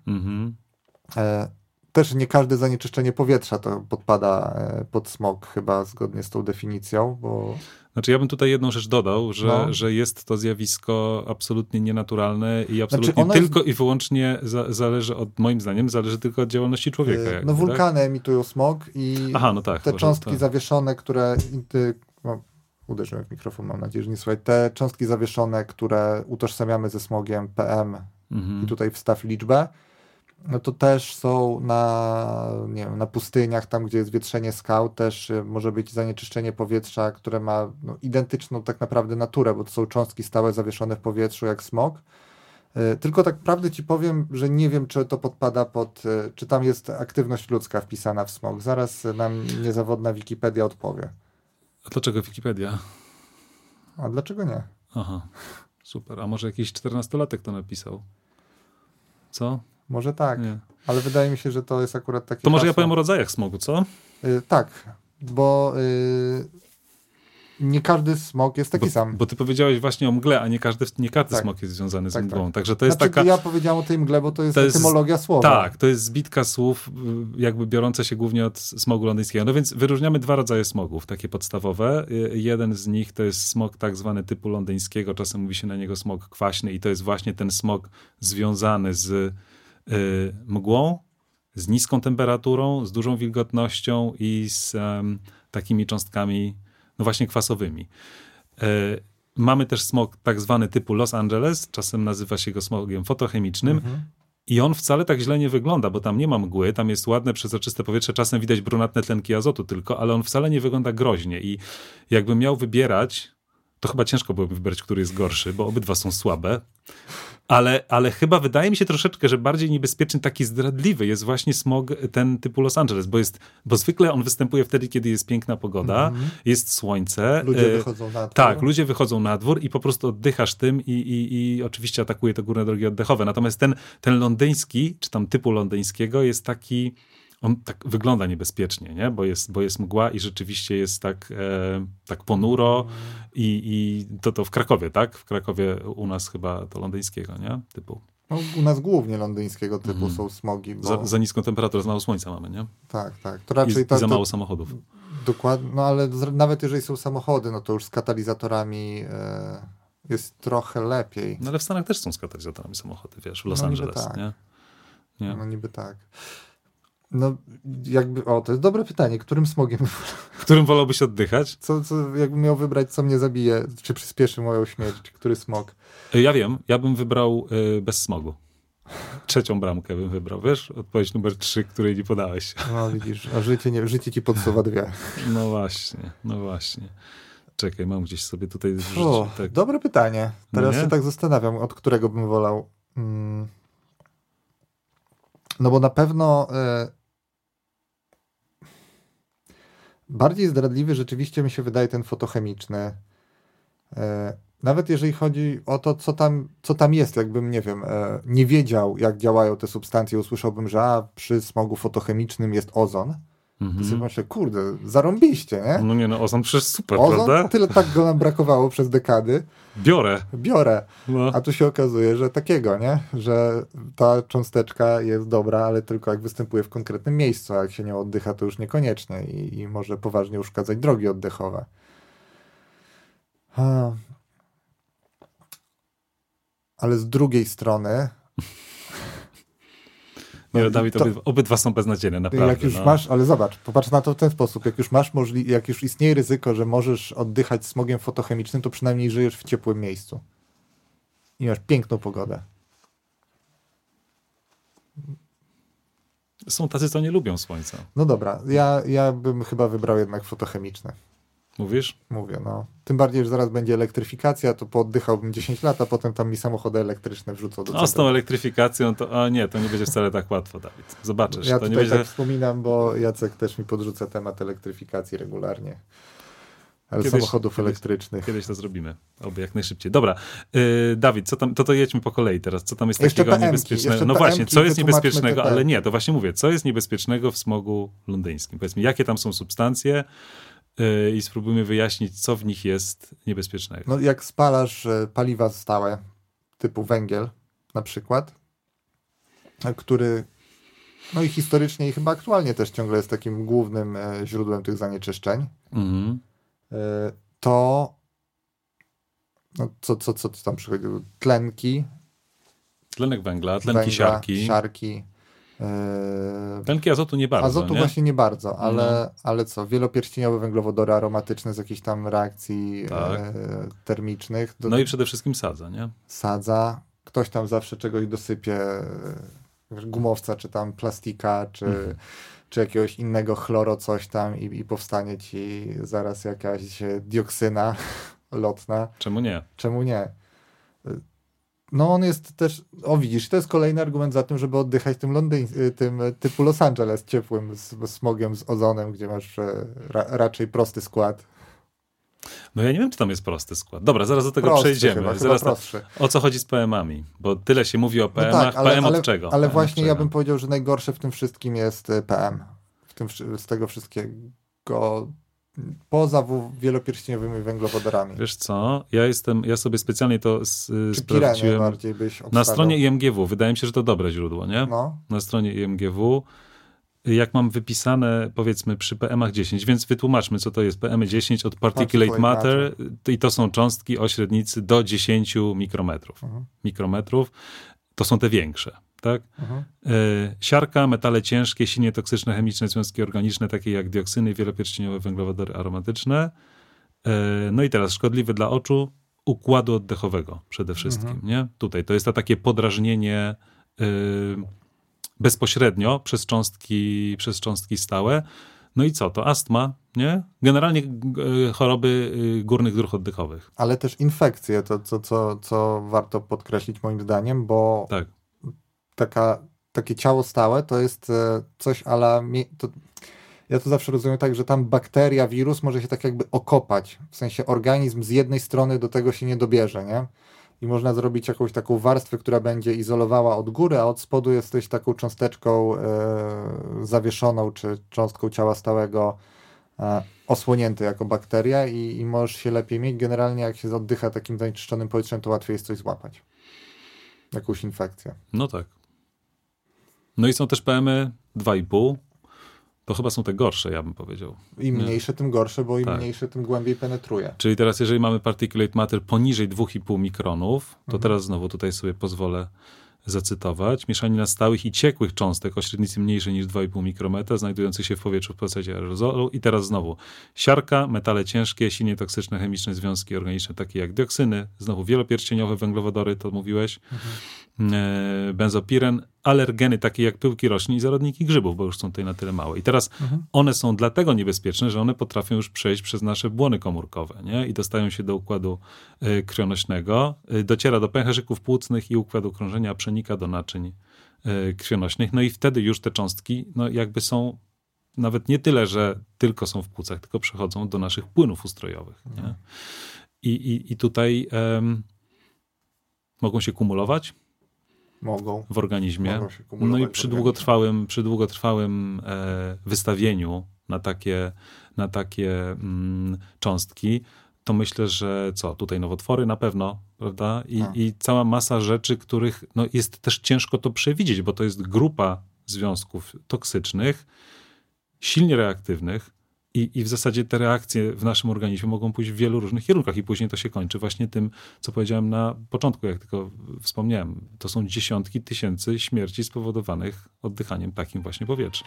Też nie każde zanieczyszczenie powietrza to podpada pod smog, chyba zgodnie z tą definicją, bo... Znaczy ja bym tutaj jedną rzecz dodał, że jest to zjawisko absolutnie nienaturalne i absolutnie tylko i wyłącznie zależy moim zdaniem, zależy tylko od działalności człowieka. Wulkany emitują smog i te cząstki zawieszone, które uderzyłem w mikrofon, mam nadzieję, że nie słychać. Te cząstki zawieszone, które utożsamiamy ze smogiem PM i tutaj wstaw liczbę, no to też są na pustyniach, tam gdzie jest wietrzenie skał, też może być zanieczyszczenie powietrza, które ma identyczną tak naprawdę naturę, bo to są cząstki stałe zawieszone w powietrzu jak smog. Tylko tak prawdę ci powiem, że nie wiem, czy to podpada czy tam jest aktywność ludzka wpisana w smog. Zaraz nam niezawodna Wikipedia odpowie. A dlaczego Wikipedia? A dlaczego nie? Aha, super. A może jakiś 14-latek to napisał? Co? Może tak, nie. Ale wydaje mi się, że to jest akurat taki... To może ja powiem o rodzajach smogu, co? Tak, bo nie każdy smog jest taki sam. Bo ty powiedziałeś właśnie o mgle, a nie każdy smog jest związany z mgłą. Także to jest taka... Ja powiedziałem o tej mgle, bo to jest etymologia słowa. Tak, to jest zbitka słów jakby biorąca się głównie od smogu londyńskiego. No więc wyróżniamy 2 rodzaje smogów, takie podstawowe. Jeden z nich to jest smog tak zwany typu londyńskiego, czasem mówi się na niego smog kwaśny i to jest właśnie ten smog związany z mgłą, z niską temperaturą, z dużą wilgotnością i z takimi cząstkami no właśnie kwasowymi. Mamy też smog tak zwany typu Los Angeles, czasem nazywa się go smogiem fotochemicznym i on wcale tak źle nie wygląda, bo tam nie ma mgły, tam jest ładne, przezroczyste powietrze, czasem widać brunatne tlenki azotu tylko, ale on wcale nie wygląda groźnie i jakbym miał wybierać, to chyba ciężko byłoby wybrać, który jest gorszy, bo obydwa są słabe. Ale chyba wydaje mi się troszeczkę, że bardziej niebezpieczny, taki zdradliwy jest właśnie smog ten typu Los Angeles, bo zwykle on występuje wtedy, kiedy jest piękna pogoda, jest słońce. Ludzie wychodzą na dwór. Tak, ludzie wychodzą na dwór i po prostu oddychasz tym i oczywiście atakuje to górne drogi oddechowe. Natomiast ten londyński, czy tam typu londyńskiego jest taki... On tak wygląda niebezpiecznie, nie? Bo jest mgła i rzeczywiście jest tak ponuro i to w Krakowie, tak? W Krakowie u nas chyba to londyńskiego, nie? Typu. No, u nas głównie londyńskiego typu są smogi. Bo... Za niską temperaturę, za mało słońca mamy, nie? Tak. To raczej I za mało samochodów. Dokładnie, no ale nawet jeżeli są samochody, no to już z katalizatorami jest trochę lepiej. No ale w Stanach też są z katalizatorami samochody, wiesz, w Los Angeles, tak. nie? No niby tak. No jakby, to jest dobre pytanie, którym smogiem... Którym wolałbyś oddychać? Co jakbym miał wybrać, co mnie zabije, czy przyspieszy moją śmierć, który smog? Ja wiem, ja bym wybrał bez smogu. 3. bramkę bym wybrał, wiesz? Odpowiedź numer 3, której nie podałeś. No widzisz, a życie ci podsuwa 2. No właśnie. Czekaj, mam gdzieś sobie tutaj wrzucić. Tak. Dobre pytanie. Teraz się tak zastanawiam, od którego bym wolał. No bo na pewno bardziej zdradliwy rzeczywiście mi się wydaje ten fotochemiczny. Nawet jeżeli chodzi o to, co tam jest, jakbym, nie wiem, nie wiedział, jak działają te substancje, usłyszałbym, że przy smogu fotochemicznym jest ozon. To sobie myślę, kurde, zarąbiście, nie? No nie, no ozon przecież super, ozon, prawda? Tyle tak go nam brakowało przez dekady. Biorę. No. A tu się okazuje, że takiego, nie? Że ta cząsteczka jest dobra, ale tylko jak występuje w konkretnym miejscu, a jak się nią oddycha, to już niekoniecznie i może poważnie uszkadzać drogi oddechowe. Ale z drugiej strony... Nie, Dawid, obydwa są beznadziejne, naprawdę. Jak już masz, ale zobacz, popatrz na to w ten sposób, jak już istnieje ryzyko, że możesz oddychać smogiem fotochemicznym, to przynajmniej żyjesz w ciepłym miejscu. I masz piękną pogodę. Są tacy, co nie lubią słońca. No dobra, ja bym chyba wybrał jednak fotochemiczne. Mówisz? Mówię, no. Tym bardziej, że zaraz będzie elektryfikacja, to pooddychałbym 10 lat, a potem tam mi samochody elektryczne wrzucą do centrum. Z tą elektryfikacją to nie będzie wcale tak łatwo, Dawid. Zobaczysz. Ja to tutaj tak wspominam, bo Jacek też mi podrzuca temat elektryfikacji regularnie. Ale samochodów elektrycznych. Kiedyś to zrobimy. Oby jak najszybciej. Dobra. Dawid, co tam, to jedźmy po kolei teraz. Co tam jest takiego niebezpiecznego? No właśnie, co jest niebezpiecznego? Ale nie, to właśnie mówię. Co jest niebezpiecznego w smogu londyńskim? Powiedz mi, jakie tam są substancje i spróbujmy wyjaśnić, co w nich jest niebezpiecznego. No jak spalasz paliwa stałe, typu węgiel na przykład, który no i historycznie i chyba aktualnie też ciągle jest takim głównym źródłem tych zanieczyszczeń, to no, co tam przychodzi? Tlenki. Tlenek węgla, tlenki siarki. Tlenki azotu nie bardzo, Azotu właśnie nie bardzo, ale co? Wielopierścieniowe węglowodory aromatyczne z jakichś tam reakcji termicznych. No i przede wszystkim sadza, nie? Sadza. Ktoś tam zawsze czegoś dosypie, gumowca, czy tam plastika, czy jakiegoś innego chloro coś tam i powstanie ci zaraz jakaś dioksyna lotna. Czemu nie? Czemu nie? No on jest też, widzisz, to jest kolejny argument za tym, żeby oddychać tym typu Los Angeles ciepłym smogiem z ozonem, gdzie masz raczej prosty skład. No ja nie wiem, czy tam jest prosty skład. Dobra, zaraz do tego prostszy przejdziemy. O co chodzi z PM-ami? Bo tyle się mówi o PM-ach. No tak, PM od czego? Ale PM właśnie ja bym powiedział, że najgorsze w tym wszystkim jest PM. Z tego wszystkiego poza wielopierścieniowymi węglowodorami. Wiesz co, ja sobie specjalnie to sprawdziłem bardziej byś na stronie IMGW. Wydaje mi się, że to dobre źródło, nie? No. Na stronie IMGW. Jak mam wypisane, powiedzmy, przy PM-ach 10, więc wytłumaczmy, co to jest PM 10 od Particulate Matter i to są cząstki o średnicy do 10 mikrometrów. Mikrometrów to są te większe, tak? Siarka, metale ciężkie, silnie toksyczne chemiczne związki organiczne, takie jak dioksyny, wielopierścieniowe węglowodory aromatyczne. No i teraz szkodliwy dla oczu, układu oddechowego przede wszystkim, nie? Tutaj to jest to takie podrażnienie bezpośrednio przez cząstki stałe. No i co? To astma, nie? Generalnie choroby górnych dróg oddechowych. Ale też infekcje, co warto podkreślić moim zdaniem, bo takie ciało stałe to jest coś ja to zawsze rozumiem tak, że tam bakteria, wirus może się tak jakby okopać. W sensie organizm z jednej strony do tego się nie dobierze, nie? I można zrobić jakąś taką warstwę, która będzie izolowała od góry, a od spodu jesteś taką cząsteczką zawieszoną, czy cząstką ciała stałego osłonięty jako bakteria i możesz się lepiej mieć. Generalnie jak się oddycha takim zanieczyszczonym powietrzem, to łatwiej jest coś złapać. Jakąś infekcję. No tak. No i są też PM-y 2,5. To chyba są te gorsze, ja bym powiedział. Im mniejsze, tym gorsze, bo im mniejsze, tym głębiej penetruje. Czyli teraz, jeżeli mamy particulate matter poniżej 2,5 mikronów, to teraz znowu tutaj sobie pozwolę zacytować. Mieszanina stałych i ciekłych cząstek o średnicy mniejszej niż 2,5 mikrometra, znajdujących się w powietrzu w procesie aerozolu. I teraz znowu siarka, metale ciężkie, silnie toksyczne chemiczne związki organiczne, takie jak dioksyny, znowu wielopierścieniowe węglowodory, to mówiłeś, benzopiren, alergeny takie jak pyłki roślin i zarodniki grzybów, bo już są tutaj na tyle małe. I teraz one są dlatego niebezpieczne, że one potrafią już przejść przez nasze błony komórkowe, nie? I dostają się do układu krwionośnego, dociera do pęcherzyków płucnych i układu krążenia, przenika do naczyń krwionośnych. No i wtedy już te cząstki jakby są nawet nie tyle, że tylko są w płucach, tylko przechodzą do naszych płynów ustrojowych. Nie? I tutaj mogą się kumulować w organizmie. No i przy długotrwałym wystawieniu na takie cząstki, to myślę, że tutaj nowotwory na pewno, prawda? I cała masa rzeczy, których jest też ciężko to przewidzieć, bo to jest grupa związków toksycznych, silnie reaktywnych i w zasadzie te reakcje w naszym organizmie mogą pójść w wielu różnych kierunkach i później to się kończy właśnie tym, co powiedziałem na początku, jak tylko wspomniałem. To są dziesiątki tysięcy śmierci spowodowanych oddychaniem takim właśnie powietrzem.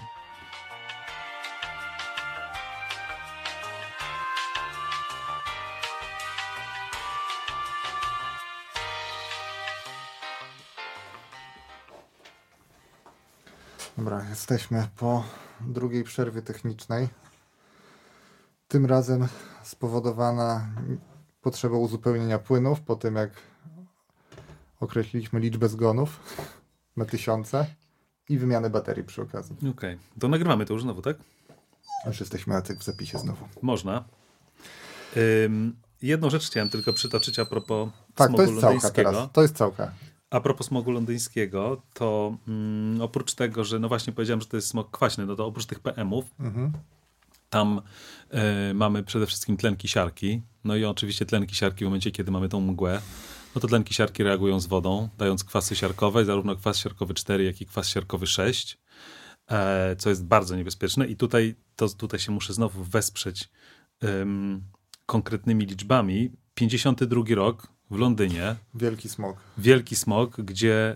Dobra, jesteśmy po drugiej przerwie technicznej. Tym razem spowodowana potrzebą uzupełnienia płynów po tym, jak określiliśmy liczbę zgonów na 1000 i wymianę baterii przy okazji. Okej. To nagrywamy to już znowu, tak? Już jesteśmy w zapisie znowu. Można. Jedną rzecz chciałem tylko przytoczyć a propos smogu londyńskiego. To jest całka teraz. To jest całka. A propos smogu londyńskiego, to oprócz tego, że właśnie powiedziałem, że to jest smog kwaśny, no to oprócz tych PM-ów tam mamy przede wszystkim tlenki siarki. No i oczywiście tlenki siarki w momencie, kiedy mamy tą mgłę, no to tlenki siarki reagują z wodą, dając kwasy siarkowe, zarówno kwas siarkowy 4, jak i kwas siarkowy 6, co jest bardzo niebezpieczne. I tutaj się muszę znowu wesprzeć konkretnymi liczbami. 52 rok w Londynie. Wielki smog, gdzie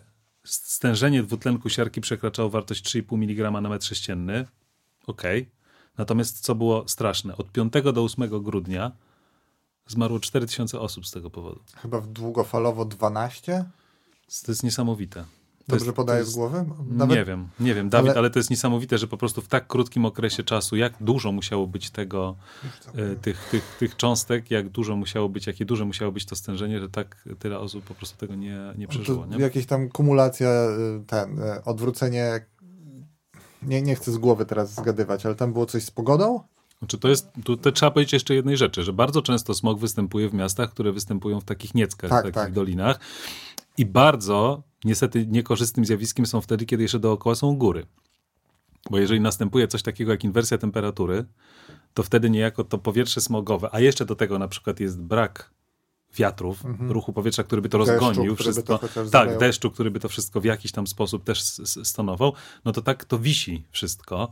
stężenie dwutlenku siarki przekraczało wartość 3,5 mg na metr sześcienny. Okej. Natomiast co było straszne? Od 5 do 8 grudnia zmarło 4000 osób z tego powodu. Chyba długofalowo 12? To jest niesamowite. Dobrze podaję z głowy? Nie wiem, Dawid, ale to jest niesamowite, że po prostu w tak krótkim okresie czasu, jak dużo musiało być tego, tych cząstek, jakie duże musiało być to stężenie, że tak tyle osób po prostu tego nie przeżyło. Nie? Jakieś tam kumulacja, odwrócenie, nie chcę z głowy teraz zgadywać, ale tam było coś z pogodą? Znaczy to trzeba powiedzieć jeszcze jednej rzeczy, że bardzo często smog występuje w miastach, które występują w takich nieckach, w takich dolinach i bardzo niestety niekorzystnym zjawiskiem są wtedy, kiedy jeszcze dookoła są góry. Bo jeżeli następuje coś takiego jak inwersja temperatury, to wtedy niejako to powietrze smogowe, a jeszcze do tego na przykład jest brak wiatrów, ruchu powietrza, który by to rozgonił, wszystko. Tak, deszczu, który by to wszystko w jakiś tam sposób też stonował, no to tak to wisi wszystko.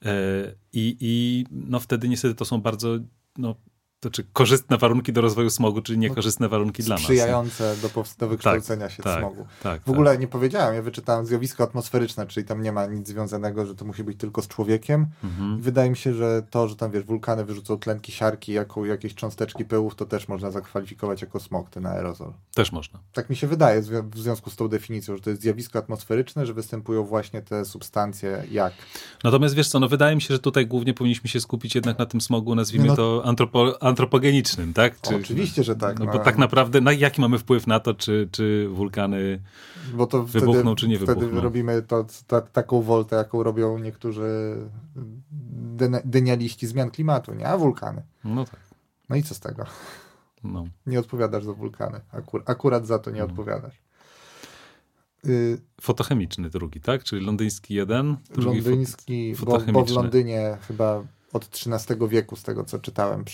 I no wtedy niestety to są bardzo korzystne warunki do rozwoju smogu, czyli niekorzystne warunki dla nas. Sprzyjające do wykształcenia się smogu. W ogóle nie powiedziałem, ja wyczytałem zjawisko atmosferyczne, czyli tam nie ma nic związanego, że to musi być tylko z człowiekiem. Wydaje mi się, że to, że tam wulkany wyrzucą tlenki siarki, jakieś cząsteczki pyłów, to też można zakwalifikować jako smog, ten aerozol. Też można. Tak mi się wydaje w związku z tą definicją, że to jest zjawisko atmosferyczne, że występują właśnie te substancje jak. Natomiast wiesz co, wydaje mi się, że tutaj głównie powinniśmy się skupić jednak na tym smogu, nazwijmy to antropogenicznym, tak? Oczywiście, że tak. Bo tak naprawdę, jaki mamy wpływ na to, czy wulkany wybuchną, czy nie wybuchną? Wtedy robimy taką woltę, jaką robią niektórzy denialiści zmian klimatu, nie? A wulkany. No tak. No i co z tego? Nie odpowiadasz za wulkany. Akurat za to nie odpowiadasz. Fotochemiczny drugi, tak? Czyli londyński jeden, drugi londyński, bo w Londynie chyba od XIII wieku, z tego co czytałem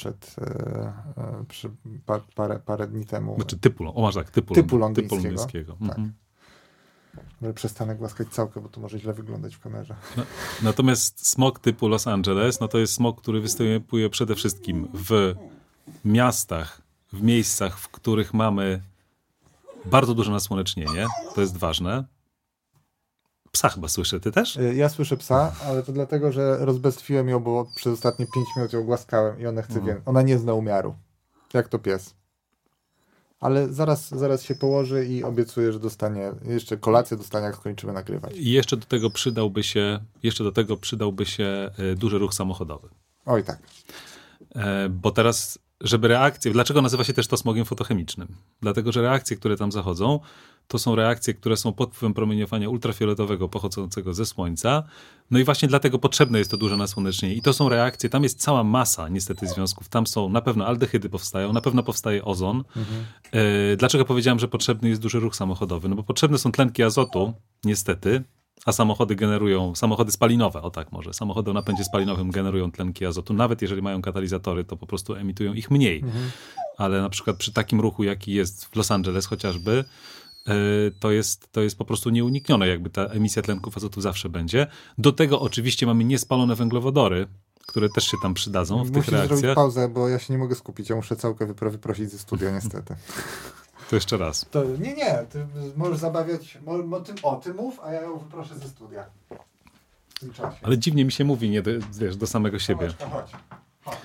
parę dni temu. Znaczy typu londyńskiego. Tak. Przestanę głaskać całkę, bo to może źle wyglądać w kamerze. Natomiast smog typu Los Angeles, to jest smog, który występuje przede wszystkim w miastach, w miejscach, w których mamy bardzo duże nasłonecznienie. To jest ważne. Psa chyba słyszę, ty też? Ja słyszę psa, ale to dlatego, że rozbestwiłem ją, bo przez ostatnie 5 minut ją głaskałem i ona chce więcej. Ona nie zna umiaru. Jak to pies. Ale zaraz się położy i obiecuję, że dostanie, jeszcze kolację dostanie, jak skończymy nagrywać. I jeszcze do tego przydałby się duży ruch samochodowy. Oj tak. Bo teraz, żeby reakcje... Dlaczego nazywa się też to smogiem fotochemicznym? Dlatego, że reakcje, które tam zachodzą, to są reakcje, które są pod wpływem promieniowania ultrafioletowego pochodzącego ze Słońca. No i właśnie dlatego potrzebne jest to duże nasłonecznienie. I to są reakcje, tam jest cała masa niestety związków. Tam są na pewno aldehydy powstają, na pewno powstaje ozon. Dlaczego powiedziałem, że potrzebny jest duży ruch samochodowy? No bo potrzebne są tlenki azotu, niestety, a samochody spalinowe, samochody o napędzie spalinowym generują tlenki azotu. Nawet jeżeli mają katalizatory, to po prostu emitują ich mniej. Ale na przykład przy takim ruchu, jaki jest w Los Angeles chociażby, to jest po prostu nieuniknione, jakby ta emisja tlenków azotu zawsze będzie. Do tego oczywiście mamy niespalone węglowodory, które też się tam przydadzą w tych reakcjach. Musisz zrobić pauzę, bo ja się nie mogę skupić. Ja muszę całkę wyprosić ze studia niestety. To jeszcze raz. Nie, ty możesz zabawiać, ty mów, a ja ją wyproszę ze studia. W tym czasie. Ale dziwnie mi się mówi, do samego siebie. Chodź.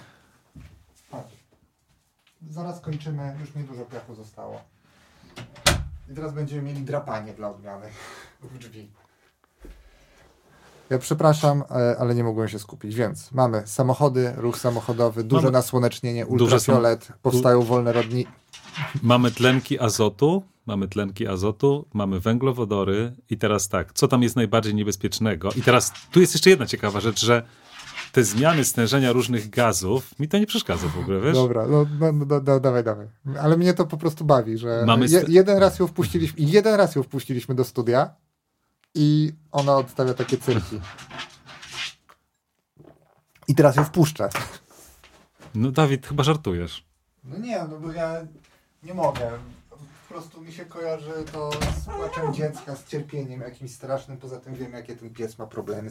Zaraz kończymy, już niedużo piachu zostało. I teraz będziemy mieli drapanie dla odmiany w drzwi. Ja przepraszam, ale nie mogłem się skupić, więc mamy samochody, ruch samochodowy, duże nasłonecznienie, ultrafiolet, powstają wolne rodniki. Mamy tlenki azotu, mamy węglowodory i teraz tak, co tam jest najbardziej niebezpiecznego? I teraz tu jest jeszcze jedna ciekawa rzecz, że te zmiany stężenia różnych gazów, mi to nie przeszkadza w ogóle, wiesz? Dobra, dawaj. Ale mnie to po prostu bawi, że jeden raz ją wpuściliśmy do studia i ona odstawia takie cyrki. I teraz ją wpuszczę. No Dawid, chyba żartujesz. No nie, bo ja nie mogę. Po prostu mi się kojarzy to z płaczem dziecka, z cierpieniem jakimś strasznym. Poza tym wiem, jakie ten pies ma problemy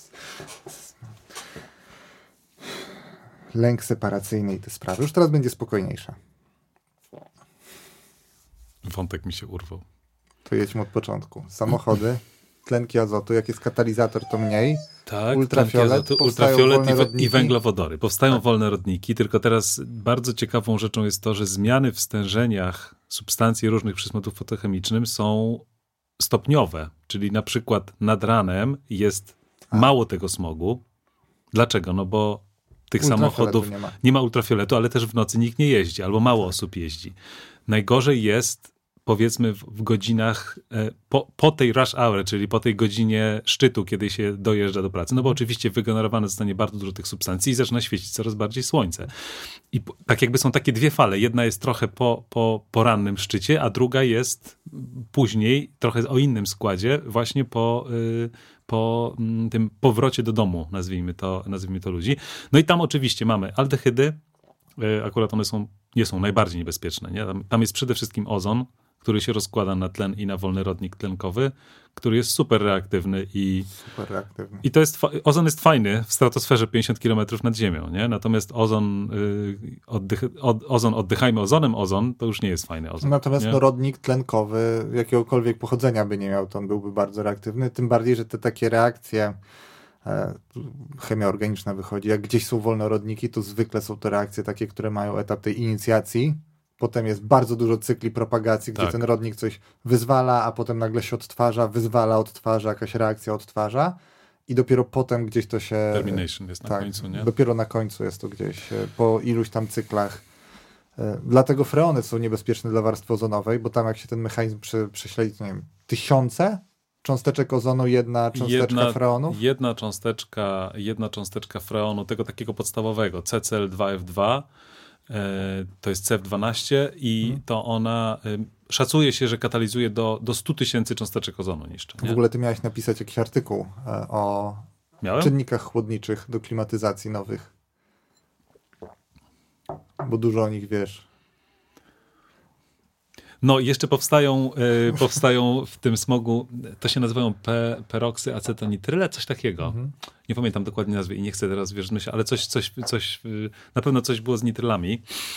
lęk separacyjny i te sprawy. Już teraz będzie spokojniejsza. Wątek mi się urwał. To jedźmy od początku. Samochody, tlenki azotu, jak jest katalizator, to mniej. Tak, ultrafiolet i węglowodory. Powstają wolne rodniki, tylko teraz bardzo ciekawą rzeczą jest to, że zmiany w stężeniach substancji różnych przysmatów fotochemicznym są stopniowe, czyli na przykład nad ranem jest mało tego smogu. Dlaczego? No bo tych samochodów nie ma ultrafioletu, ale też w nocy nikt nie jeździ, albo mało osób jeździ. Najgorzej jest, powiedzmy, w godzinach po tej rush hour, czyli po tej godzinie szczytu, kiedy się dojeżdża do pracy, no bo oczywiście wygenerowane zostanie bardzo dużo tych substancji i zaczyna świecić coraz bardziej słońce. I tak jakby są takie dwie fale. Jedna jest trochę po porannym szczycie, a druga jest później, trochę o innym składzie, właśnie po tym powrocie do domu, nazwijmy to ludzi. No i tam oczywiście mamy aldehydy, akurat one nie są najbardziej niebezpieczne. Nie? Tam jest przede wszystkim ozon, który się rozkłada na tlen i na wolny rodnik tlenkowy, który jest super reaktywny i to jest, ozon jest fajny w stratosferze 50 km nad ziemią, nie? Natomiast oddychajmy ozonem, ozon to już nie jest fajny ozon. Natomiast rodnik tlenkowy jakiegokolwiek pochodzenia by nie miał, to on byłby bardzo reaktywny, tym bardziej, że te takie reakcje chemia organiczna wychodzi, jak gdzieś są wolnorodniki, to zwykle są to reakcje takie, które mają etap tej inicjacji. Potem jest bardzo dużo cykli propagacji, gdzie ten rodnik coś wyzwala, a potem nagle się odtwarza, wyzwala, odtwarza, jakaś reakcja odtwarza i dopiero potem gdzieś to się... Termination jest na końcu, nie? Dopiero na końcu jest to gdzieś po iluś tam cyklach. Dlatego freony są niebezpieczne dla warstwy ozonowej, bo tam jak się ten mechanizm prześledzi, to nie wiem, 1000 cząsteczek ozonu, jedna cząsteczka freonu? Jedna cząsteczka freonu, tego takiego podstawowego, CCl2F2, to jest CF12 i to ona, szacuje się, że katalizuje do 100 000 cząsteczek ozonu niszczy. W ogóle ty miałeś napisać jakiś artykuł o czynnikach chłodniczych do klimatyzacji nowych. Bo dużo o nich wiesz. No jeszcze powstają w tym smogu, to się nazywają peroksyacetonitryle, coś takiego. Nie pamiętam dokładnie nazwy i nie chcę teraz myśleć, ale coś na pewno coś było z nitrylami.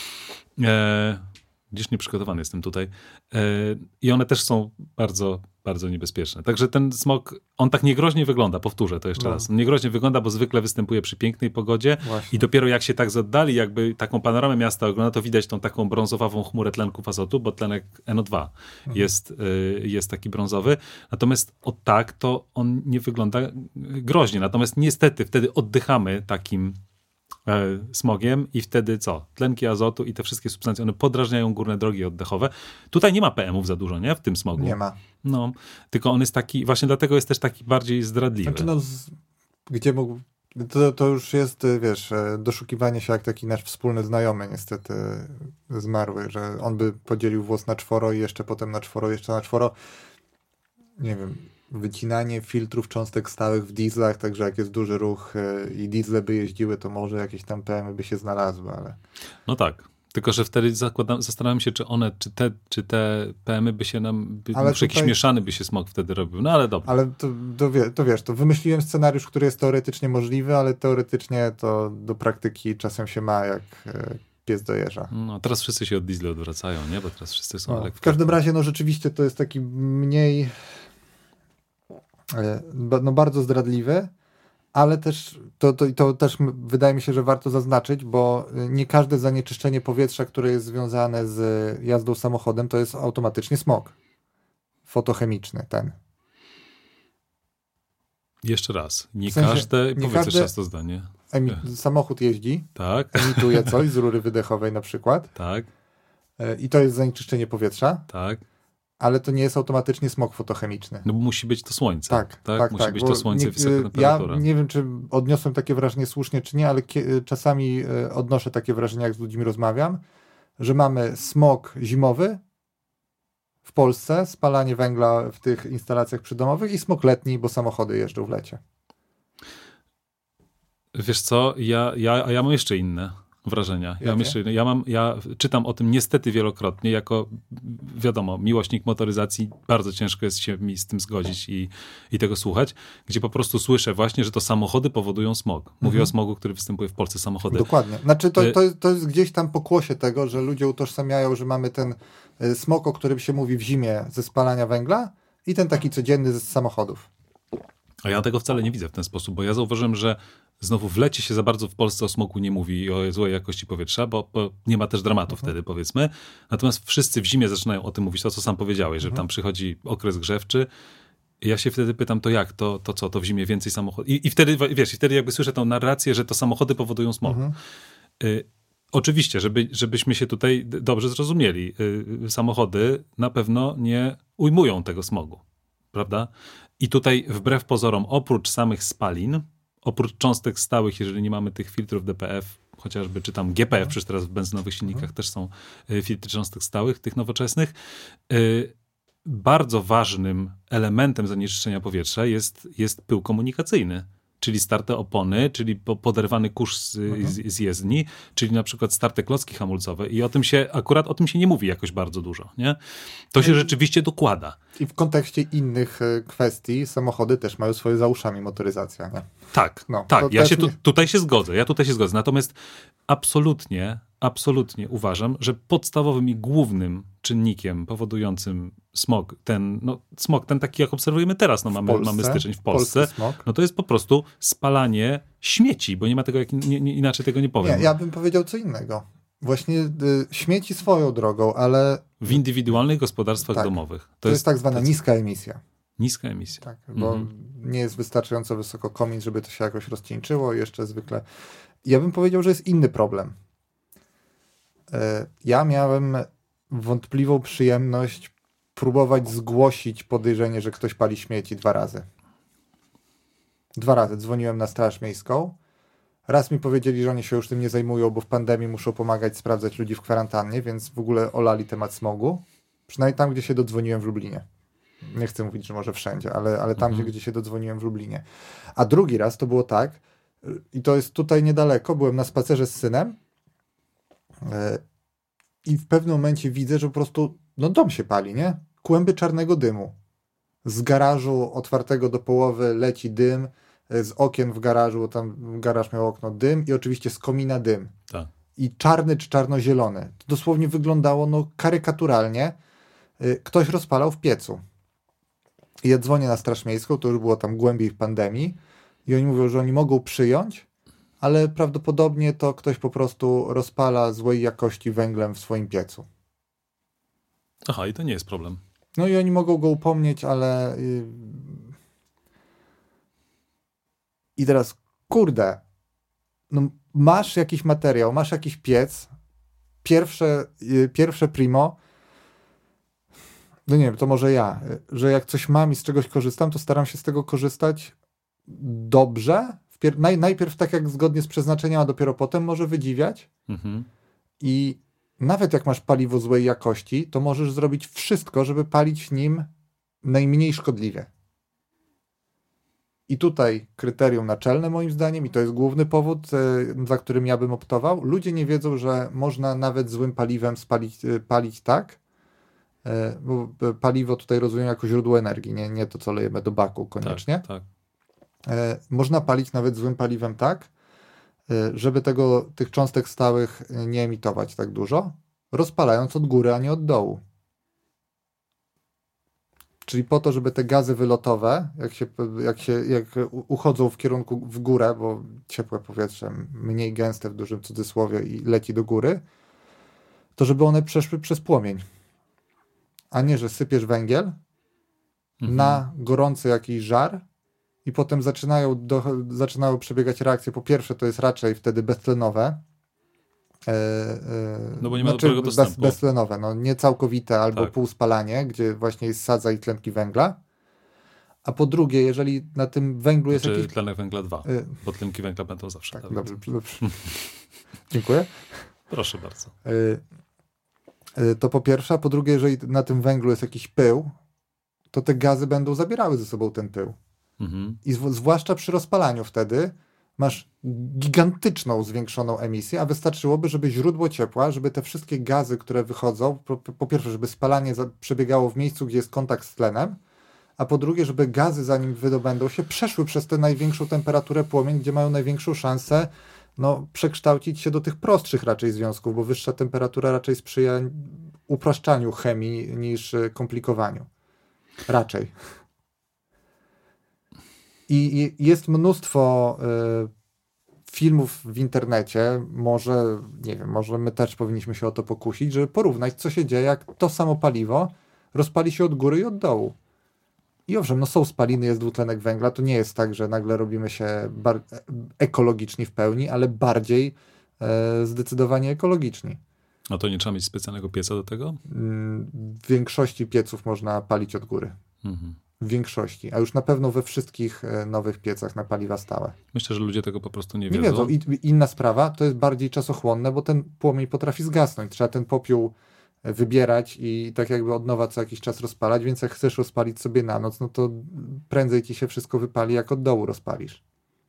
Gdzieś nieprzygotowany jestem tutaj. I one też są bardzo, bardzo niebezpieczne. Także ten smog, on tak niegroźnie wygląda, powtórzę to jeszcze raz. On niegroźnie wygląda, bo zwykle występuje przy pięknej pogodzie. Właśnie. I dopiero jak się tak z oddali, jakby taką panoramę miasta ogląda, to widać tą taką brązowawą chmurę tlenków azotu, bo tlenek NO2 jest taki brązowy. Natomiast to on nie wygląda groźnie. Natomiast niestety wtedy oddychamy takim smogiem i wtedy co? Tlenki azotu i te wszystkie substancje, one podrażniają górne drogi oddechowe. Tutaj nie ma PM-ów za dużo, nie? W tym smogu. Nie ma. No, tylko on jest taki, właśnie dlatego jest też taki bardziej zdradliwy. Znaczy gdzie mógł... To już jest, wiesz, doszukiwanie się jak taki nasz wspólny znajomy niestety zmarły, że on by podzielił włos na czworo i jeszcze potem na czworo, jeszcze na czworo. Nie wiem, wycinanie filtrów cząstek stałych w dieslach, także jak jest duży ruch i diesle by jeździły, to może jakieś tam PM-y by się znalazły, ale... No tak, tylko że wtedy zastanawiam się, czy te PM-y by się nam... jakiś mieszany by się smog wtedy robił, no ale dobra. Ale to wiesz, to wymyśliłem scenariusz, który jest teoretycznie możliwy, ale teoretycznie to do praktyki czasem się ma jak... pies do jeża. No, teraz wszyscy się od diesla odwracają, nie? Bo teraz wszyscy są W każdym razie, rzeczywiście to jest taki mniej... bardzo zdradliwy, ale też to też wydaje mi się, że warto zaznaczyć, bo nie każde zanieczyszczenie powietrza, które jest związane z jazdą samochodem, to jest automatycznie smog fotochemiczny ten. Jeszcze raz. Nie każde, powiedz jeszcze raz to zdanie. Samochód jeździ, emituje coś z rury wydechowej na przykład. Tak. I to jest zanieczyszczenie powietrza. Tak. Ale to nie jest automatycznie smog fotochemiczny. No bo musi być to słońce. Tak. Musi być to słońce i wysoka temperatura. Ja nie wiem, czy odniosłem takie wrażenie słusznie, czy nie, ale czasami odnoszę takie wrażenie, jak z ludźmi rozmawiam, że mamy smog zimowy w Polsce, spalanie węgla w tych instalacjach przydomowych i smog letni, bo samochody jeżdżą w lecie. Wiesz co, ja mam jeszcze inne. wrażenia. Ja czytam o tym niestety wielokrotnie, jako wiadomo, miłośnik motoryzacji, bardzo ciężko jest się mi z tym zgodzić i tego słuchać, gdzie po prostu słyszę właśnie, że to samochody powodują smog. Mówię o smogu, który występuje w Polsce, samochody. Dokładnie. Znaczy to jest gdzieś tam pokłosie tego, że ludzie utożsamiają, że mamy ten smog, o którym się mówi w zimie ze spalania węgla i ten taki codzienny z samochodów. A ja tego wcale nie widzę w ten sposób, bo ja zauważyłem, że znowu w lecie się za bardzo w Polsce o smogu nie mówi i o złej jakości powietrza, bo nie ma też dramatu wtedy, powiedzmy. Natomiast wszyscy w zimie zaczynają o tym mówić, to co sam powiedziałeś, że tam przychodzi okres grzewczy. I ja się wtedy pytam, to jak? To co? To w zimie więcej samochodów? I wtedy, wiesz, wtedy jakby słyszę tą narrację, że to samochody powodują smog. Oczywiście, żebyśmy się tutaj dobrze zrozumieli. Samochody na pewno nie ujmują tego smogu, prawda? I tutaj wbrew pozorom, oprócz samych spalin, oprócz cząstek stałych, jeżeli nie mamy tych filtrów DPF, chociażby, czy tam GPF, przecież teraz w benzynowych silnikach też są filtry cząstek stałych, tych nowoczesnych, bardzo ważnym elementem zanieczyszczenia powietrza jest pył komunikacyjny. Czyli starte opony, czyli poderwany kurz z jezdni, czyli na przykład starte klocki hamulcowe i o tym się nie mówi jakoś bardzo dużo, nie? To się rzeczywiście dokłada. I w kontekście innych kwestii samochody też mają swoje za uszami motoryzacja, nie? Tak, ja się tutaj się zgodzę. Natomiast absolutnie uważam, że podstawowym i głównym czynnikiem powodującym smog ten taki, jak obserwujemy teraz, mamy styczeń w Polsce, no to jest po prostu spalanie śmieci, bo nie ma tego, inaczej tego nie powiem. Nie, ja bym powiedział co innego. Właśnie śmieci swoją drogą, ale... W indywidualnych gospodarstwach domowych. To jest tak zwana niska emisja. Niska emisja. Tak, bo nie jest wystarczająco wysoko komin, żeby to się jakoś rozcieńczyło. Jeszcze zwykle... Ja bym powiedział, że jest inny problem. Ja miałem wątpliwą przyjemność próbować zgłosić podejrzenie, że ktoś pali śmieci 2 razy. 2 razy dzwoniłem na Straż Miejską. Raz mi powiedzieli, że oni się już tym nie zajmują, bo w pandemii muszą pomagać sprawdzać ludzi w kwarantannie, więc w ogóle olali temat smogu. Przynajmniej tam, gdzie się dodzwoniłem w Lublinie. Nie chcę mówić, że może wszędzie, ale tam, gdzie się dodzwoniłem w Lublinie. A drugi raz to było tak, i to jest tutaj niedaleko, byłem na spacerze z synem i w pewnym momencie widzę, że po prostu dom się pali, nie? Kłęby czarnego dymu. Z garażu otwartego do połowy leci dym, z okien w garażu, bo tam garaż miał okno, dym i oczywiście z komina dym. Tak. I czarny czy czarnozielony. To dosłownie wyglądało karykaturalnie. Ktoś rozpalał w piecu. I ja dzwonię na Straż Miejską, to już było tam głębiej w pandemii i oni mówią, że oni mogą przyjąć, ale prawdopodobnie to ktoś po prostu rozpala złej jakości węglem w swoim piecu. Aha, i to nie jest problem. No i oni mogą go upomnieć, ale... I teraz, kurde, masz jakiś materiał, masz jakiś piec, pierwsze primo, no nie wiem, to może ja, że jak coś mam i z czegoś korzystam, to staram się z tego korzystać dobrze, najpierw tak jak zgodnie z przeznaczeniem, a dopiero potem może wydziwiać. I nawet jak masz paliwo złej jakości, to możesz zrobić wszystko, żeby palić nim najmniej szkodliwie. I tutaj kryterium naczelne moim zdaniem, i to jest główny powód, za którym ja bym optował. Ludzie nie wiedzą, że można nawet złym paliwem palić tak, bo paliwo tutaj rozumiem jako źródło energii, nie to, co lejemy do baku koniecznie. Tak. Można palić nawet złym paliwem tak, żeby tych cząstek stałych nie emitować tak dużo, rozpalając od góry, a nie od dołu. Czyli po to, żeby te gazy wylotowe, jak uchodzą w kierunku w górę, bo ciepłe powietrze, mniej gęste w dużym cudzysłowie i leci do góry, to żeby one przeszły przez płomień. A nie, że sypiesz węgiel na gorący jakiś żar i potem zaczynają przebiegać reakcje. Po pierwsze, to jest raczej wtedy beztlenowe. No bo nie ma dobrego dostępu. Beztlenowe, nie całkowite albo półspalanie, gdzie właśnie jest sadza i tlenki węgla. A po drugie, jeżeli na tym węglu jest jakiś... tlenek węgla 2, bo tlenki węgla będą zawsze. Tak, dobrze. Dziękuję. Proszę bardzo. To po pierwsze, a po drugie, jeżeli na tym węglu jest jakiś pył, to te gazy będą zabierały ze sobą ten pył. I zwłaszcza przy rozpalaniu wtedy masz gigantyczną zwiększoną emisję, a wystarczyłoby, żeby źródło ciepła, żeby te wszystkie gazy, które wychodzą, po pierwsze, żeby spalanie przebiegało w miejscu, gdzie jest kontakt z tlenem, a po drugie, żeby gazy, zanim wydobędą się, przeszły przez tę największą temperaturę płomień, gdzie mają największą szansę przekształcić się do tych prostszych raczej związków, bo wyższa temperatura raczej sprzyja upraszczaniu chemii niż komplikowaniu. Raczej. I jest mnóstwo filmów w internecie, może my też powinniśmy się o to pokusić, żeby porównać, co się dzieje, jak to samo paliwo rozpali się od góry i od dołu. I owszem, są spaliny, jest dwutlenek węgla, to nie jest tak, że nagle robimy się ekologiczni w pełni, ale bardziej zdecydowanie ekologiczni. A to nie trzeba mieć specjalnego pieca do tego? W większości pieców można palić od góry. W większości, a już na pewno we wszystkich nowych piecach na paliwa stałe. Myślę, że ludzie tego po prostu nie wiedzą. I inna sprawa, to jest bardziej czasochłonne, bo ten płomień potrafi zgasnąć. Trzeba ten popiół wybierać i tak jakby od nowa co jakiś czas rozpalać, więc jak chcesz rozpalić sobie na noc, no to prędzej ci się wszystko wypali, jak od dołu rozpalisz.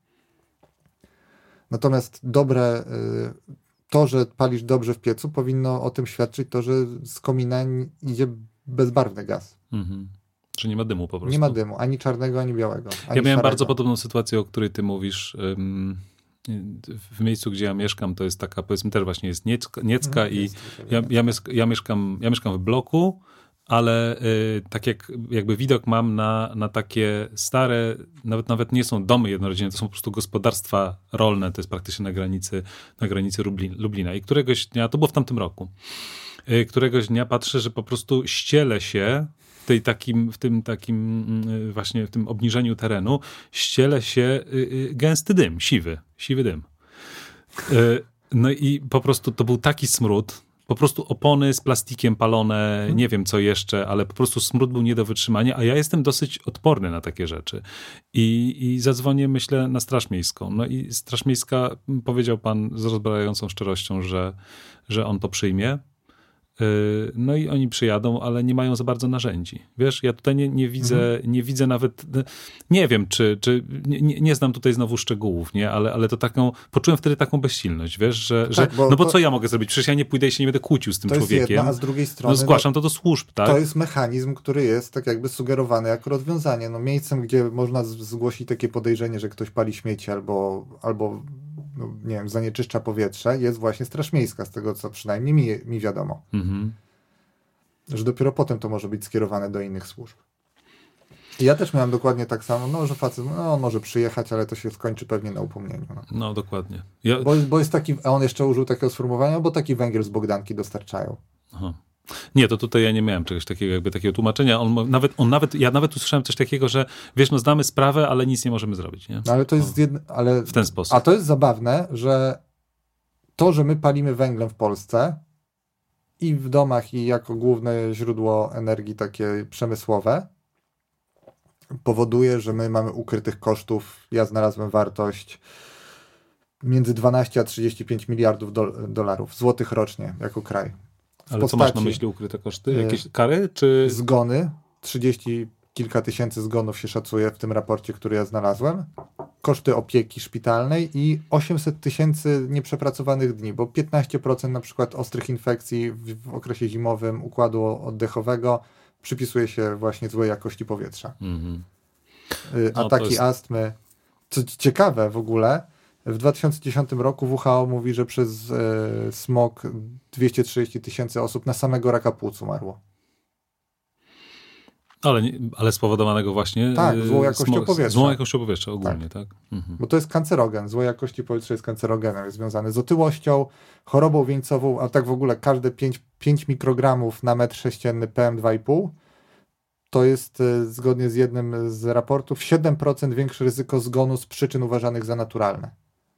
Natomiast to, że palisz dobrze w piecu, powinno o tym świadczyć to, że z komina idzie bezbarwny gaz. Czy nie ma dymu po prostu? Nie ma dymu, ani czarnego, ani białego. Ani ja miałem szarego. bardzo podobną sytuację, o której ty mówisz. W miejscu, gdzie ja mieszkam, to jest taka, powiedzmy też właśnie jest Niecka i ja mieszkam w bloku, ale tak jakby widok mam na takie stare, nawet nie są domy jednorodzinne, to są po prostu gospodarstwa rolne, to jest praktycznie na granicy Lublina. I któregoś dnia, to było w tamtym roku, któregoś dnia patrzę, że po prostu ściele się w tym obniżeniu terenu ściele się gęsty dym, siwy dym. No i po prostu to był taki smród, po prostu opony z plastikiem palone, nie wiem co jeszcze, ale po prostu smród był nie do wytrzymania, a ja jestem dosyć odporny na takie rzeczy. I zadzwonię, myślę, na Straż Miejską. No i Straż Miejska, powiedział pan z rozbrajającą szczerością, że on to przyjmie. No i oni przyjadą, ale nie mają za bardzo narzędzi. Wiesz, ja tutaj nie widzę nawet, nie wiem, czy nie znam tutaj znowu szczegółów, nie? Ale to poczułem wtedy taką bezsilność, wiesz, że bo co ja mogę zrobić? Przecież ja nie pójdę i się nie będę kłócił z tym człowiekiem. Jest jedno, a z drugiej strony zgłaszam to do służb, tak? To jest mechanizm, który jest tak jakby sugerowany jako rozwiązanie. Miejscem, gdzie można zgłosić takie podejrzenie, że ktoś pali śmieci albo nie wiem, zanieczyszcza powietrze, jest właśnie Straż Miejska, z tego co przynajmniej mi wiadomo. Że dopiero potem to może być skierowane do innych służb. I ja też miałem dokładnie tak samo, że facet może przyjechać, ale to się skończy pewnie na upomnieniu. No dokładnie. Bo jest taki, a on jeszcze użył takiego sformułowania, bo taki węgiel z Bogdanki dostarczają. Aha. Nie, to tutaj ja nie miałem czegoś takiego, jakby takiego tłumaczenia. Ja nawet usłyszałem coś takiego, że wiesz, znamy sprawę, ale nic nie możemy zrobić, nie? No ale to jest w ten sposób. A to jest zabawne, że to, że my palimy węglem w Polsce i w domach, i jako główne źródło energii takie przemysłowe, powoduje, że my mamy ukrytych kosztów. Ja znalazłem wartość między 12 a 35 miliardów dolarów, złotych rocznie jako kraj. Ale co masz na myśli ukryte koszty? Jakieś kary? Czy zgony? 30 kilka tysięcy zgonów się szacuje w tym raporcie, który ja znalazłem. Koszty opieki szpitalnej i 800 tysięcy nieprzepracowanych dni, bo 15% na przykład ostrych infekcji w okresie zimowym układu oddechowego przypisuje się właśnie złej jakości powietrza. Ataki astmy. Co ciekawe w ogóle, w 2010 roku WHO mówi, że przez smog 230 tysięcy osób na samego raka płuc umarło. Ale spowodowanego właśnie złą jakością powietrza. Złą jakością powietrza ogólnie, tak? Bo to jest kancerogen. Złej jakości powietrza jest kancerogenem, jest związany z otyłością, chorobą wieńcową, a tak w ogóle każde 5 mikrogramów na metr sześcienny PM2,5 to jest zgodnie z jednym z raportów 7% większe ryzyko zgonu z przyczyn uważanych za naturalne.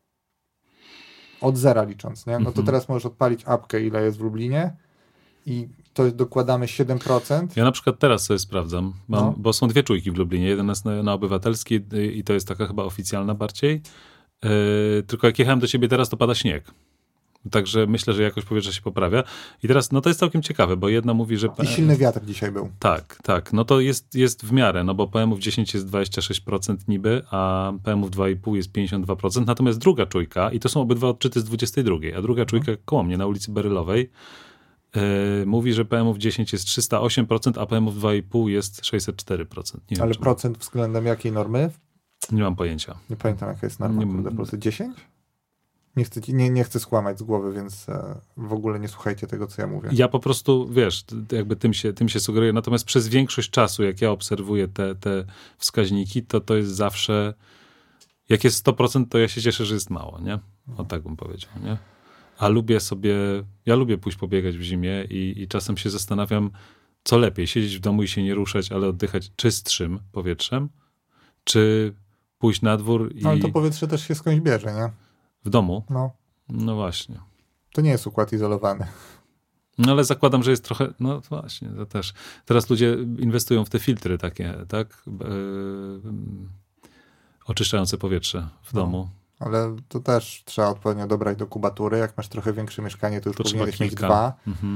Od zera licząc, nie? No to teraz możesz odpalić apkę, ile jest w Lublinie i to dokładamy 7%. Ja na przykład teraz sobie sprawdzam, bo są 2 czujki w Lublinie. Jeden jest na Obywatelskiej i to jest taka chyba oficjalna bardziej. Tylko jak jechałem do ciebie teraz, to pada śnieg. Także myślę, że jakość powietrza się poprawia. I teraz, no to jest całkiem ciekawe, bo jedna mówi, że... I silny wiatr dzisiaj był. Tak. No to jest w miarę, no bo PM-ów 10 jest 26% niby, a PM-ów 2,5 jest 52%. Natomiast druga czujka, i to są obydwa odczyty z 22, a druga czujka koło mnie na ulicy Berylowej mówi, że PM-ów 10 jest 308%, a PM-ów 2,5 jest 604%. Nie wiem, ale procent względem jakiej normy? Nie mam pojęcia. Nie pamiętam, jaka jest norma. Po prostu 10? Nie chcę skłamać z głowy, więc w ogóle nie słuchajcie tego, co ja mówię. Ja po prostu, wiesz, jakby tym się sugeruję. Natomiast przez większość czasu, jak ja obserwuję te wskaźniki, to jest zawsze, jak jest 100%, to ja się cieszę, że jest mało, nie? O tak bym powiedział, nie? A ja lubię pójść pobiegać w zimie i czasem się zastanawiam, co lepiej, siedzieć w domu i się nie ruszać, ale oddychać czystszym powietrzem, czy pójść na dwór i... No, ale to powietrze też się skądś bierze, nie? W domu? No właśnie. To nie jest układ izolowany. No ale zakładam, że jest trochę, no właśnie, to też. Teraz ludzie inwestują w te filtry takie, tak? Oczyszczające powietrze w domu. Ale to też trzeba odpowiednio dobrać do kubatury. Jak masz trochę większe mieszkanie, to już powinieneś mieć 2.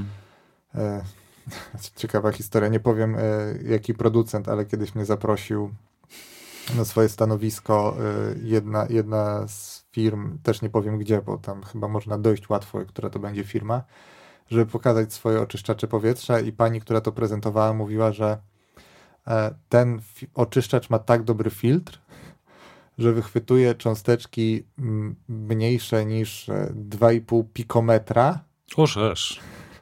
Ciekawa historia. Nie powiem, jaki producent, ale kiedyś mnie zaprosił na swoje stanowisko jedna z firm, też nie powiem gdzie, bo tam chyba można dojść łatwo, która to będzie firma, żeby pokazać swoje oczyszczacze powietrza i pani, która to prezentowała, mówiła, że ten oczyszczacz ma tak dobry filtr, że wychwytuje cząsteczki mniejsze niż 2,5 pikometra. Orzesz.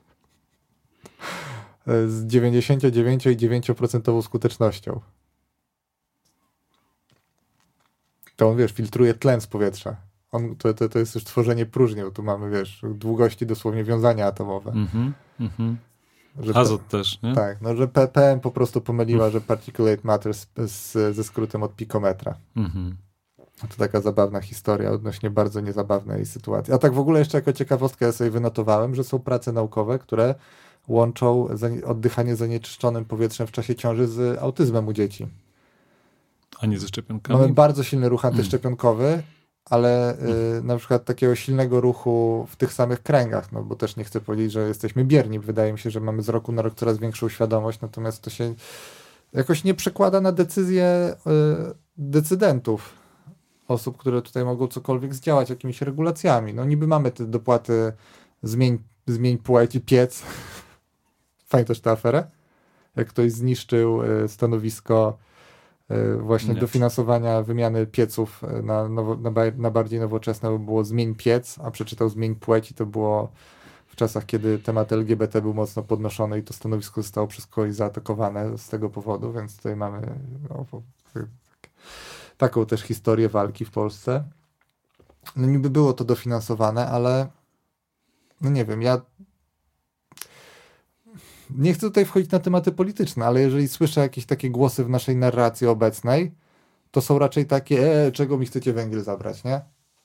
Z 99,9% skutecznością. To on, wiesz, filtruje tlen z powietrza. To jest już tworzenie próżni, bo tu mamy, wiesz, długości dosłownie wiązania atomowe. Azot też, nie? Tak, no że PM po prostu pomyliła, że particulate matter ze skrótem od pikometra. To taka zabawna historia odnośnie bardzo niezabawnej sytuacji. A tak w ogóle jeszcze jako ciekawostkę ja sobie wynotowałem, że są prace naukowe, które łączą oddychanie zanieczyszczonym powietrzem w czasie ciąży z autyzmem u dzieci. A nie ze szczepionkami? Mamy bardzo silny ruch antyszczepionkowy, ale na przykład takiego silnego ruchu w tych samych kręgach, no bo też nie chcę powiedzieć, że jesteśmy bierni. Wydaje mi się, że mamy z roku na rok coraz większą świadomość, natomiast to się jakoś nie przekłada na decyzje decydentów, osób, które tutaj mogą cokolwiek zdziałać jakimiś regulacjami. No niby mamy te dopłaty zmień płeć i piec. Fajnie też tę aferę. Jak ktoś zniszczył stanowisko właśnie dofinansowania wymiany pieców na bardziej nowoczesne, bo było zmień piec, a przeczytał zmień płeć i to było w czasach, kiedy temat LGBT był mocno podnoszony i to stanowisko zostało przez kogoś zaatakowane z tego powodu, więc tutaj mamy taką też historię walki w Polsce. No niby było to dofinansowane, ale no nie wiem, ja nie chcę tutaj wchodzić na tematy polityczne, ale jeżeli słyszę jakieś takie głosy w naszej narracji obecnej, to są raczej takie, czego mi chcecie węgiel zabrać, nie?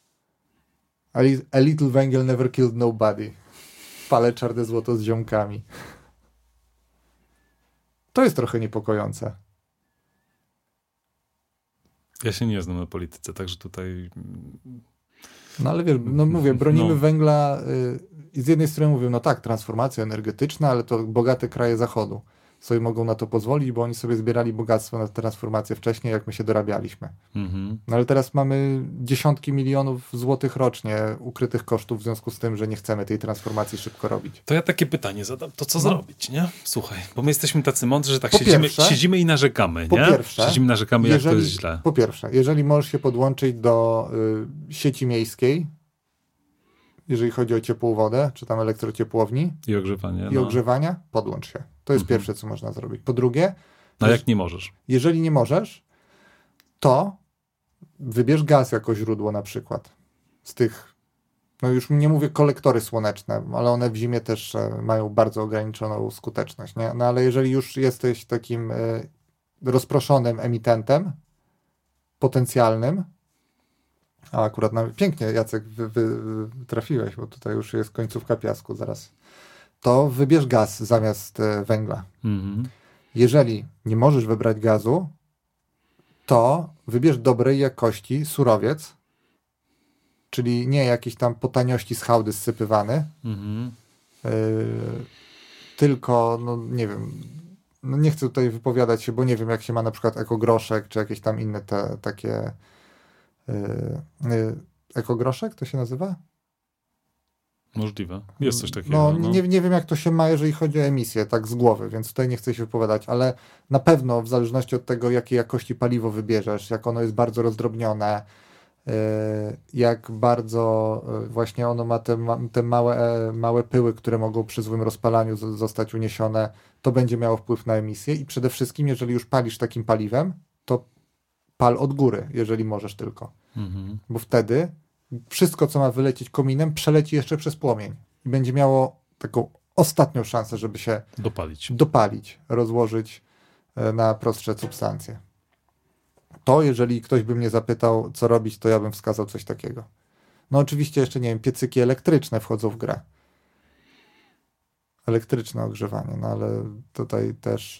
A little węgiel never killed nobody. Palę czarne złoto z ziomkami. To jest trochę niepokojące. Ja się nie znam na polityce, także tutaj... No ale wiesz, no mówię, bronimy węgla i z jednej strony mówią, no tak, transformacja energetyczna, ale to bogate kraje Zachodu sobie mogą na to pozwolić, bo oni sobie zbierali bogactwo na transformację wcześniej, jak my się dorabialiśmy. No ale teraz mamy dziesiątki milionów złotych rocznie ukrytych kosztów w związku z tym, że nie chcemy tej transformacji szybko robić. To ja takie pytanie zadam, to co zrobić, nie? Słuchaj, bo my jesteśmy tacy mądrzy, że tak siedzimy i narzekamy, nie? Siedzimy i narzekamy, jak to jest źle. Po pierwsze, jeżeli możesz się podłączyć do sieci miejskiej, jeżeli chodzi o ciepłą wodę, czy tam elektrociepłowni i ogrzewania, podłącz się. To jest pierwsze, co można zrobić. Po drugie... A jak nie możesz? Jeżeli nie możesz, to wybierz gaz jako źródło na przykład. Z tych, no już nie mówię kolektory słoneczne, ale one w zimie też mają bardzo ograniczoną skuteczność, nie? No ale jeżeli już jesteś takim rozproszonym emitentem, potencjalnym, a akurat pięknie, Jacek, trafiłeś, bo tutaj już jest końcówka piasku zaraz, to wybierz gaz zamiast węgla. Jeżeli nie możesz wybrać gazu, to wybierz dobrej jakości surowiec, czyli nie jakiś tam po taniości z hałdy zsypywany, tylko, no nie wiem, no nie chcę tutaj wypowiadać się, bo nie wiem, jak się ma na przykład ekogroszek, czy jakieś tam inne te takie ekogroszek to się nazywa? Możliwe. Jest coś takiego. No. Nie wiem, jak to się ma, jeżeli chodzi o emisję, tak z głowy, więc tutaj nie chcę się wypowiadać, ale na pewno w zależności od tego, jakiej jakości paliwo wybierzesz, jak ono jest bardzo rozdrobnione, jak bardzo właśnie ono ma te małe pyły, które mogą przy złym rozpalaniu zostać uniesione, to będzie miało wpływ na emisję i przede wszystkim, jeżeli już palisz takim paliwem, to pal od góry, jeżeli możesz tylko. Bo wtedy wszystko, co ma wylecieć kominem, przeleci jeszcze przez płomień i będzie miało taką ostatnią szansę, żeby się dopalić, rozłożyć na prostsze substancje. To, jeżeli ktoś by mnie zapytał, co robić, to ja bym wskazał coś takiego. No oczywiście jeszcze, nie wiem, piecyki elektryczne wchodzą w grę. Elektryczne ogrzewanie, no ale tutaj też...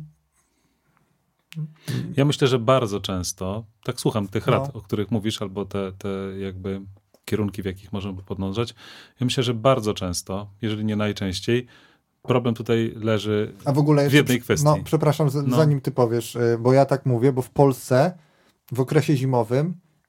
Ja myślę, że bardzo często, tak słucham tych rad, o których mówisz, albo te jakby kierunki, w jakich możemy podążać. Ja myślę, że bardzo często, jeżeli nie najczęściej, problem tutaj leży w jednej kwestii. No, przepraszam, zanim ty powiesz, bo ja tak mówię, bo w Polsce w okresie zimowym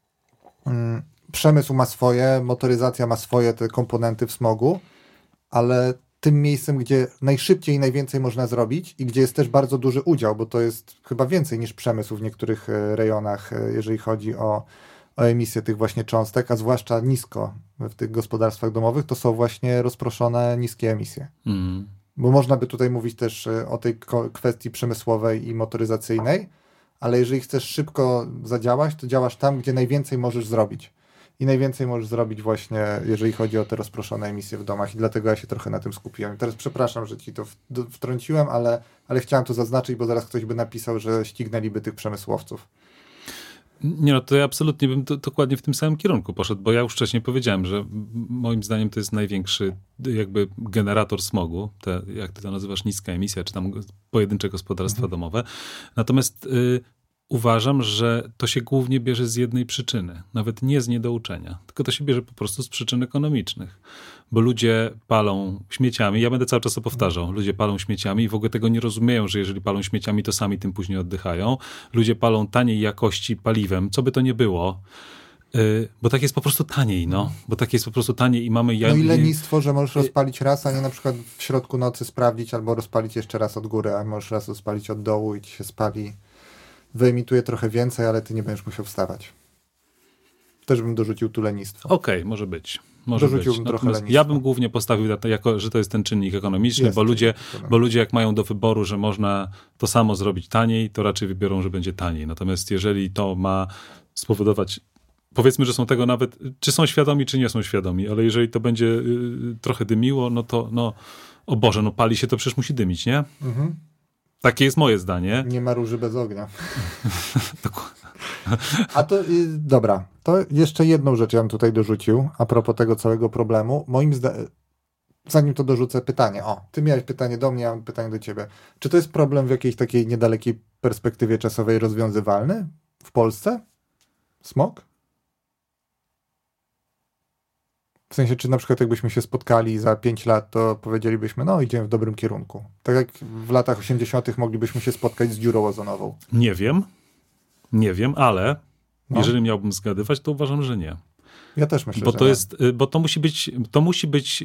przemysł ma swoje, motoryzacja ma swoje te komponenty w smogu, ale tym miejscem, gdzie najszybciej i najwięcej można zrobić i gdzie jest też bardzo duży udział, bo to jest chyba więcej niż przemysł w niektórych rejonach, jeżeli chodzi o emisję tych właśnie cząstek, a zwłaszcza nisko w tych gospodarstwach domowych, to są właśnie rozproszone niskie emisje. Bo można by tutaj mówić też o tej kwestii przemysłowej i motoryzacyjnej, ale jeżeli chcesz szybko zadziałać, to działasz tam, gdzie najwięcej możesz zrobić. I najwięcej możesz zrobić właśnie, jeżeli chodzi o te rozproszone emisje w domach i dlatego ja się trochę na tym skupiłem. I teraz przepraszam, że ci to wtrąciłem, ale chciałem to zaznaczyć, bo zaraz ktoś by napisał, że ścignęliby tych przemysłowców. Nie, no to ja absolutnie bym dokładnie w tym samym kierunku poszedł, bo ja już wcześniej powiedziałem, że moim zdaniem to jest największy jakby generator smogu, jak ty to nazywasz, niska emisja, czy tam pojedyncze gospodarstwa domowe. Natomiast uważam, że to się głównie bierze z jednej przyczyny, nawet nie z niedouczenia, tylko to się bierze po prostu z przyczyn ekonomicznych, bo ludzie palą śmieciami, ja będę cały czas to powtarzał, ludzie palą śmieciami i w ogóle tego nie rozumieją, że jeżeli palą śmieciami, to sami tym później oddychają. Ludzie palą taniej jakości paliwem, co by to nie było, bo tak jest po prostu taniej, bo tak jest po prostu taniej i mamy... No i lenistwo, że możesz rozpalić raz, a nie na przykład w środku nocy sprawdzić, albo rozpalić jeszcze raz od góry, a możesz raz rozpalić od dołu i ci się spali. Wyemituje trochę więcej, ale ty nie będziesz musiał wstawać. Też bym dorzucił tu lenistwo. Okej, może być. Dorzuciłbym trochę lenistwo. Ja bym głównie postawił na to, że to jest ten czynnik ekonomiczny, bo ludzie jak mają do wyboru, że można to samo zrobić taniej, to raczej wybiorą, że będzie taniej. Natomiast jeżeli to ma spowodować, powiedzmy, że są tego nawet, czy są świadomi, czy nie są świadomi, ale jeżeli to będzie trochę dymiło, no to o Boże, pali się, to przecież musi dymić, nie? Takie jest moje zdanie. Nie ma róży bez ognia. A to, dobra, to jeszcze jedną rzecz ja bym tutaj dorzucił, a propos tego całego problemu. Moim zdaniem, zanim to dorzucę pytanie, ty miałeś pytanie do mnie, ja mam pytanie do ciebie. Czy to jest problem w jakiejś takiej niedalekiej perspektywie czasowej rozwiązywalny w Polsce? Smog? W sensie, czy na przykład jakbyśmy się spotkali za 5 lat, to powiedzielibyśmy, idziemy w dobrym kierunku. Tak jak w latach 80. moglibyśmy się spotkać z dziurą ozonową. Nie wiem, ale jeżeli miałbym zgadywać, to uważam, że nie. Ja też myślę, bo to musi być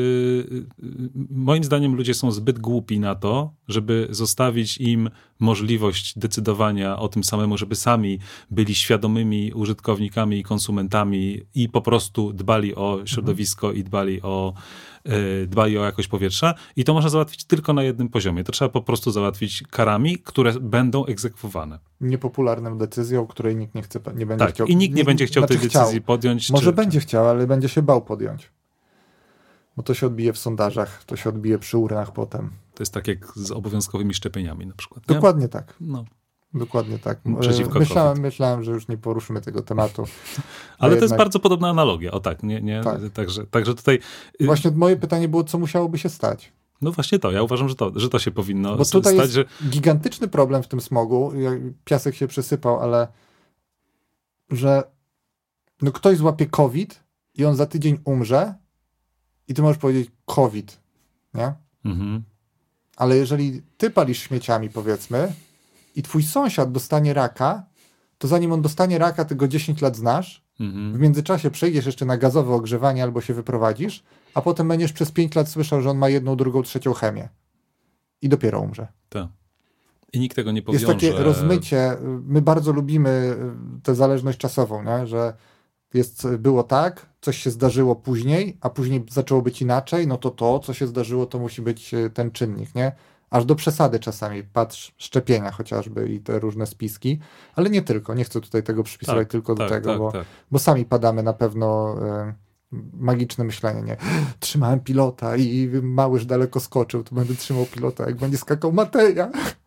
moim zdaniem ludzie są zbyt głupi na to, żeby zostawić im możliwość decydowania o tym samemu, żeby sami byli świadomymi użytkownikami i konsumentami i po prostu dbali o środowisko i dbali o jakość powietrza. I to można załatwić tylko na jednym poziomie. To trzeba po prostu załatwić karami, które będą egzekwowane. Niepopularną decyzją, której nikt nie będzie chciał. I nikt nie będzie chciał tej decyzji podjąć. Może będzie chciał, ale będzie się bał podjąć. Bo to się odbije w sondażach, to się odbije przy urnach potem. To jest tak jak z obowiązkowymi szczepieniami na przykład. Nie? Dokładnie tak. Dokładnie tak. Myślałem, że już nie poruszymy tego tematu. Ale to jest bardzo podobna analogia. Tak. Także tutaj... Właśnie moje pytanie było, co musiałoby się stać? No właśnie to. Ja uważam, że to się powinno Bo tutaj stać. Jest gigantyczny problem w tym smogu. Piasek się przesypał, ale że ktoś złapie COVID i on za tydzień umrze i ty możesz powiedzieć COVID, nie? Mhm. Ale jeżeli ty palisz śmieciami, powiedzmy, i twój sąsiad dostanie raka, to zanim on dostanie raka, ty go 10 lat znasz, w międzyczasie przejdziesz jeszcze na gazowe ogrzewanie albo się wyprowadzisz, a potem będziesz przez 5 lat słyszał, że on ma 1, 2, 3 chemię. I dopiero umrze. Tak. I nikt tego nie powiąże. Jest takie rozmycie. My bardzo lubimy tę zależność czasową, nie? Że było tak, coś się zdarzyło później, a później zaczęło być inaczej, no to, co się zdarzyło, to musi być ten czynnik, nie? Aż do przesady czasami, patrz, szczepienia chociażby i te różne spiski, ale nie tylko, nie chcę tutaj tego przypisywać tylko do tego, bo sami padamy na pewno magiczne myślenie, nie? Trzymałem pilota i Małysz daleko skoczył, to będę trzymał pilota, jak będzie skakał Mateja.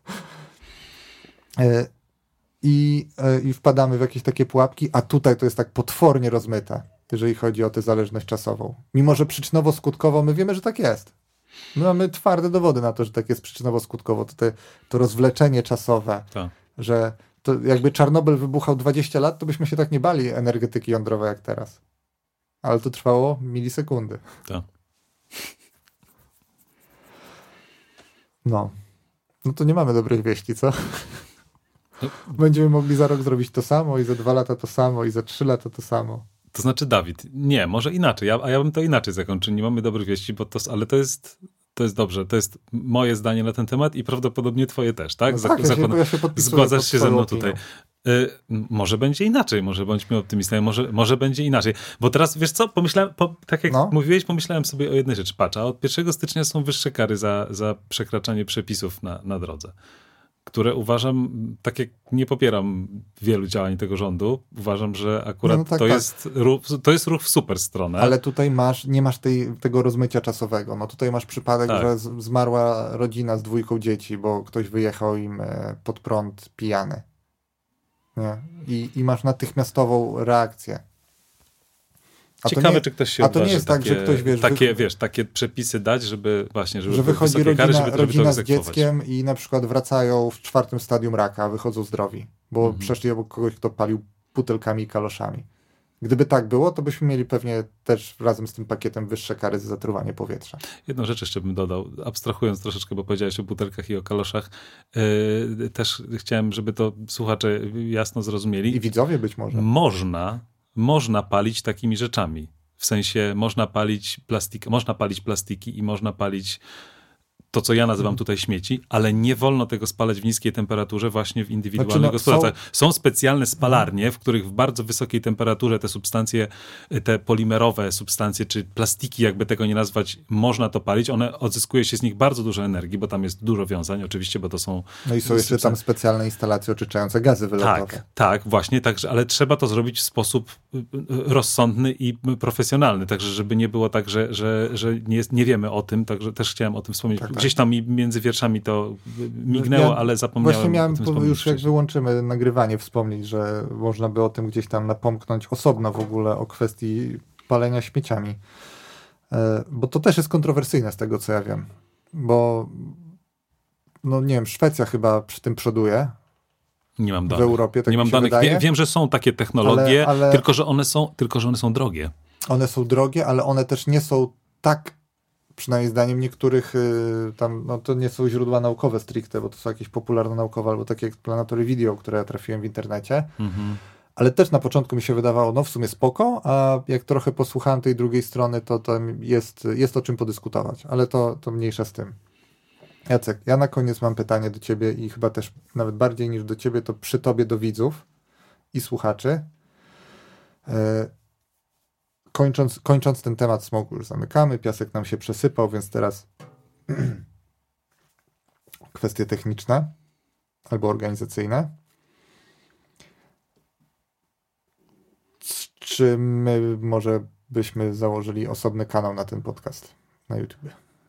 I wpadamy w jakieś takie pułapki, a tutaj to jest tak potwornie rozmyte, jeżeli chodzi o tę zależność czasową. Mimo że przyczynowo-skutkowo my wiemy, że tak jest. My mamy twarde dowody na to, że tak jest przyczynowo-skutkowo. To rozwleczenie czasowe, że to jakby Czarnobyl wybuchał 20 lat, to byśmy się tak nie bali energetyki jądrowej jak teraz. Ale to trwało milisekundy. Tak. No to nie mamy dobrych wieści, co? Będziemy mogli za rok zrobić to samo i za 2 lata to samo i za 3 lata to samo. To znaczy, Dawid, nie, może inaczej, ja bym to inaczej zakończył. Nie mamy dobrych wieści, ale to jest dobrze. To jest moje zdanie na ten temat i prawdopodobnie twoje też, tak? No tak, ja się podpisuję. Zgadzasz się ze mną tutaj. Może będzie inaczej, może bądźmy optymistami, może będzie inaczej. Bo teraz, wiesz co, pomyślałem, tak jak mówiłeś, pomyślałem sobie o jednej rzeczy. Patrz, a od 1 stycznia są wyższe kary za przekraczanie przepisów na drodze, które uważam, tak jak nie popieram wielu działań tego rządu, uważam, że akurat to jest ruch w super stronę. Ale tutaj nie masz tego rozmycia czasowego. No tutaj masz przypadek, że zmarła rodzina z 2 dzieci, bo ktoś wyjechał im pod prąd pijany. Nie? I masz natychmiastową reakcję. Ciekawe, czy ktoś się odważy. A to nie jest tak, że ktoś, takie przepisy dać, żeby wychodzi rodzina z dzieckiem i na przykład wracają w 4. stadium raka, a wychodzą zdrowi, bo przeszli obok kogoś, kto palił butelkami i kaloszami. Gdyby tak było, to byśmy mieli pewnie też razem z tym pakietem wyższe kary za zatruwanie powietrza. Jedną rzecz jeszcze bym dodał, abstrahując troszeczkę, bo powiedziałeś o butelkach i o kaloszach. Też chciałem, żeby to słuchacze jasno zrozumieli. I widzowie być może. Można palić takimi rzeczami. W sensie można palić plastiki i można palić to, co ja nazywam tutaj śmieci, ale nie wolno tego spalać w niskiej temperaturze właśnie w indywidualnych gospodarstwach. Są specjalne spalarnie, w których w bardzo wysokiej temperaturze te substancje, te polimerowe substancje, czy plastiki, jakby tego nie nazwać, można to palić. Odzyskuje się z nich bardzo dużo energii, bo tam jest dużo wiązań, oczywiście, bo to są... No i są jeszcze tam specjalne instalacje oczyszczające gazy wylotowe. Tak, właśnie, także, ale trzeba to zrobić w sposób rozsądny i profesjonalny, także żeby nie było tak, że nie wiemy o tym, także też chciałem o tym wspomnieć. Gdzieś tam mi między wierszami to mignęło, ale zapomniałem. Właśnie miałem już jak wyłączymy nagrywanie wspomnieć, że można by o tym gdzieś tam napomknąć osobno w ogóle o kwestii palenia śmieciami. Bo to też jest kontrowersyjne z tego, co ja wiem. Bo nie wiem, Szwecja chyba przy tym przoduje. Nie mam danych. W Europie tak nie mam danych. Wiem, że są takie technologie, tylko że one są drogie. One są drogie, ale one też nie są tak, przynajmniej zdaniem niektórych to nie są źródła naukowe stricte, bo to są jakieś popularno-naukowe albo takie eksplanatory video, które ja trafiłem w internecie. Ale też na początku mi się wydawało, w sumie spoko, a jak trochę posłuchałem tej drugiej strony, to tam jest o czym podyskutować, ale to mniejsza z tym. Jacek, ja na koniec mam pytanie do ciebie i chyba też nawet bardziej niż do ciebie, to przy tobie do widzów i słuchaczy. Kończąc ten temat smogu już zamykamy, piasek nam się przesypał, więc teraz kwestie techniczne albo organizacyjne. Czy my może byśmy założyli osobny kanał na ten podcast na YouTube?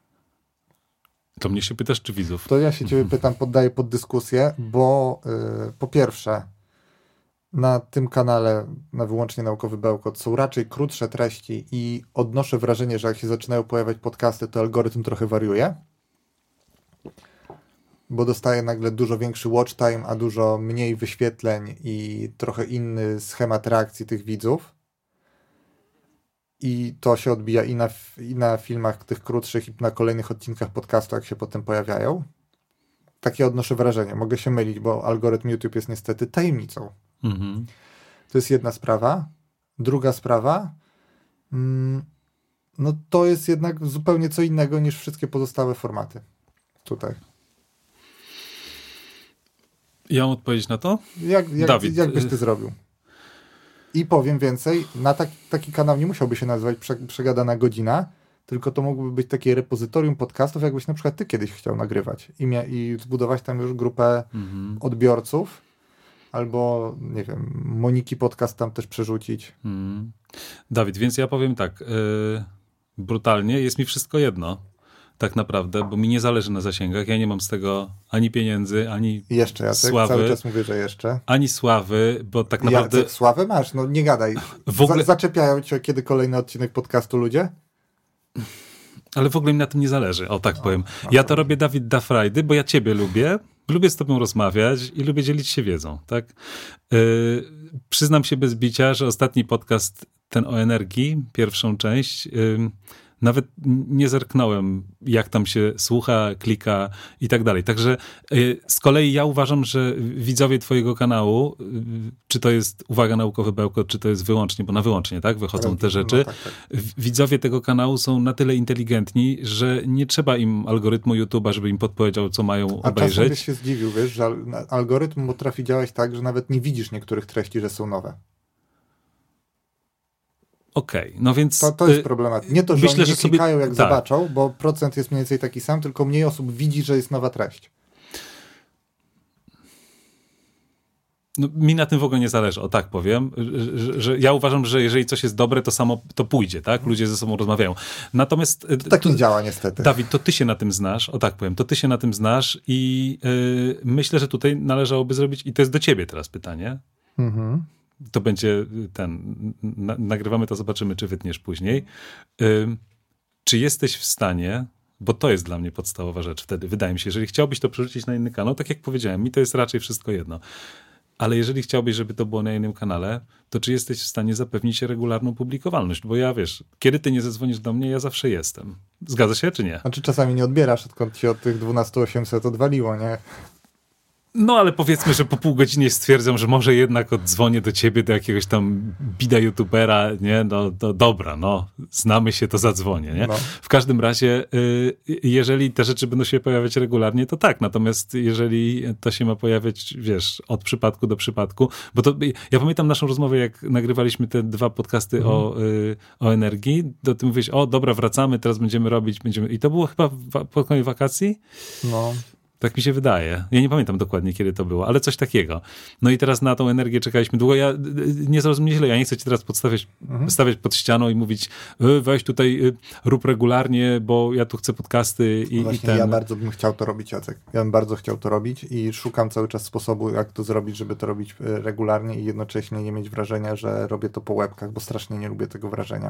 To mnie się pytasz, czy widzów? To ja się ciebie pytam, poddaję pod dyskusję, bo po pierwsze na tym kanale, na Wyłącznie Naukowy Bełkot, są raczej krótsze treści i odnoszę wrażenie, że jak się zaczynają pojawiać podcasty, to algorytm trochę wariuje, bo dostaje nagle dużo większy watch time, a dużo mniej wyświetleń i trochę inny schemat reakcji tych widzów. I to się odbija i na filmach tych krótszych, i na kolejnych odcinkach podcastu, jak się potem pojawiają. Takie odnoszę wrażenie. Mogę się mylić, bo algorytm YouTube jest niestety tajemnicą. To jest jedna sprawa. Druga sprawa, no to jest jednak zupełnie co innego niż wszystkie pozostałe formaty. Tutaj. Ja mam odpowiedzieć na to? Dawid, jak byś ty zrobił? I powiem więcej, na taki kanał nie musiałby się nazywać Przegadana Godzina, tylko to mógłby być takie repozytorium podcastów, jakbyś na przykład ty kiedyś chciał nagrywać i zbudować tam już grupę odbiorców, albo, nie wiem, Moniki podcast tam też przerzucić. Dawid, więc ja powiem tak, brutalnie, jest mi wszystko jedno. Tak naprawdę, bo mi nie zależy na zasięgach. Ja nie mam z tego ani pieniędzy, ani jeszcze, Jacek, sławy. Cały czas mówię, że jeszcze. Ani sławy, bo tak naprawdę... Jacek, sławę masz? No nie gadaj. W ogóle... Zaczepiają cię kiedy kolejny odcinek podcastu ludzie? Ale w ogóle mi na tym nie zależy, o tak powiem. Ja to robię, Dawid, da frajdy, bo ja ciebie lubię z tobą rozmawiać i lubię dzielić się wiedzą, tak? Przyznam się bez bicia, że ostatni podcast, ten o energii, pierwszą część... Nawet nie zerknąłem, jak tam się słucha, klika i tak dalej. Także z kolei ja uważam, że widzowie twojego kanału, czy to jest, uwaga, naukowy bełkot, czy to jest wyłącznie, bo na wyłącznie, tak, wychodzą te rzeczy. No, tak. Widzowie tego kanału są na tyle inteligentni, że nie trzeba im algorytmu YouTube'a, żeby im podpowiedział, co mają obejrzeć. A czasem byś się zdziwił, wiesz, że algorytm potrafi działać tak, że nawet nie widzisz niektórych treści, że są nowe. Okej, no więc... To jest problemat. Nie to, że myślę, oni nie klikają jak zobaczą, bo procent jest mniej więcej taki sam, tylko mniej osób widzi, że jest nowa treść. No, mi na tym w ogóle nie zależy, o tak powiem, że ja uważam, że jeżeli coś jest dobre, to samo to pójdzie, tak? Ludzie ze sobą rozmawiają. Natomiast... To tak nie działa niestety. Dawid, to ty się na tym znasz, o tak powiem, to ty się na tym znasz i myślę, że tutaj należałoby zrobić, i to jest do ciebie teraz pytanie, to będzie nagrywamy to, zobaczymy, czy wytniesz później. Czy jesteś w stanie, bo to jest dla mnie podstawowa rzecz wtedy, wydaje mi się, jeżeli chciałbyś to przerzucić na inny kanał, tak jak powiedziałem, mi to jest raczej wszystko jedno, ale jeżeli chciałbyś, żeby to było na innym kanale, to czy jesteś w stanie zapewnić regularną publikowalność? Bo ja, wiesz, kiedy ty nie zadzwonisz do mnie, ja zawsze jestem. Zgadza się, czy nie? Znaczy czasami nie odbierasz, odkąd ci od tych 12800 odwaliło, nie? No, ale powiedzmy, że po pół godziny stwierdzam, że może jednak oddzwonię do ciebie, do jakiegoś tam bida youtubera, nie? No dobra, no, znamy się, to zadzwonię, nie? No. W każdym razie, jeżeli te rzeczy będą się pojawiać regularnie, to tak. Natomiast jeżeli to się ma pojawiać, wiesz, od przypadku do przypadku, bo to, ja pamiętam naszą rozmowę, jak nagrywaliśmy te 2 podcasty o energii, to ty mówisz, o dobra, wracamy, teraz będziemy robić, i to było chyba pod koniec wakacji? No. Tak mi się wydaje. Ja nie pamiętam dokładnie, kiedy to było, ale coś takiego. No i teraz na tą energię czekaliśmy długo. Ja nie zrozum mnie źle, ja nie chcę ci teraz stawiać pod ścianą i mówić, weź tutaj, rób regularnie, bo ja tu chcę podcasty i właśnie ja bardzo bym chciał to robić, Jacek. Ja bym bardzo chciał to robić i szukam cały czas sposobu, jak to zrobić, żeby to robić regularnie i jednocześnie nie mieć wrażenia, że robię to po łebkach, bo strasznie nie lubię tego wrażenia.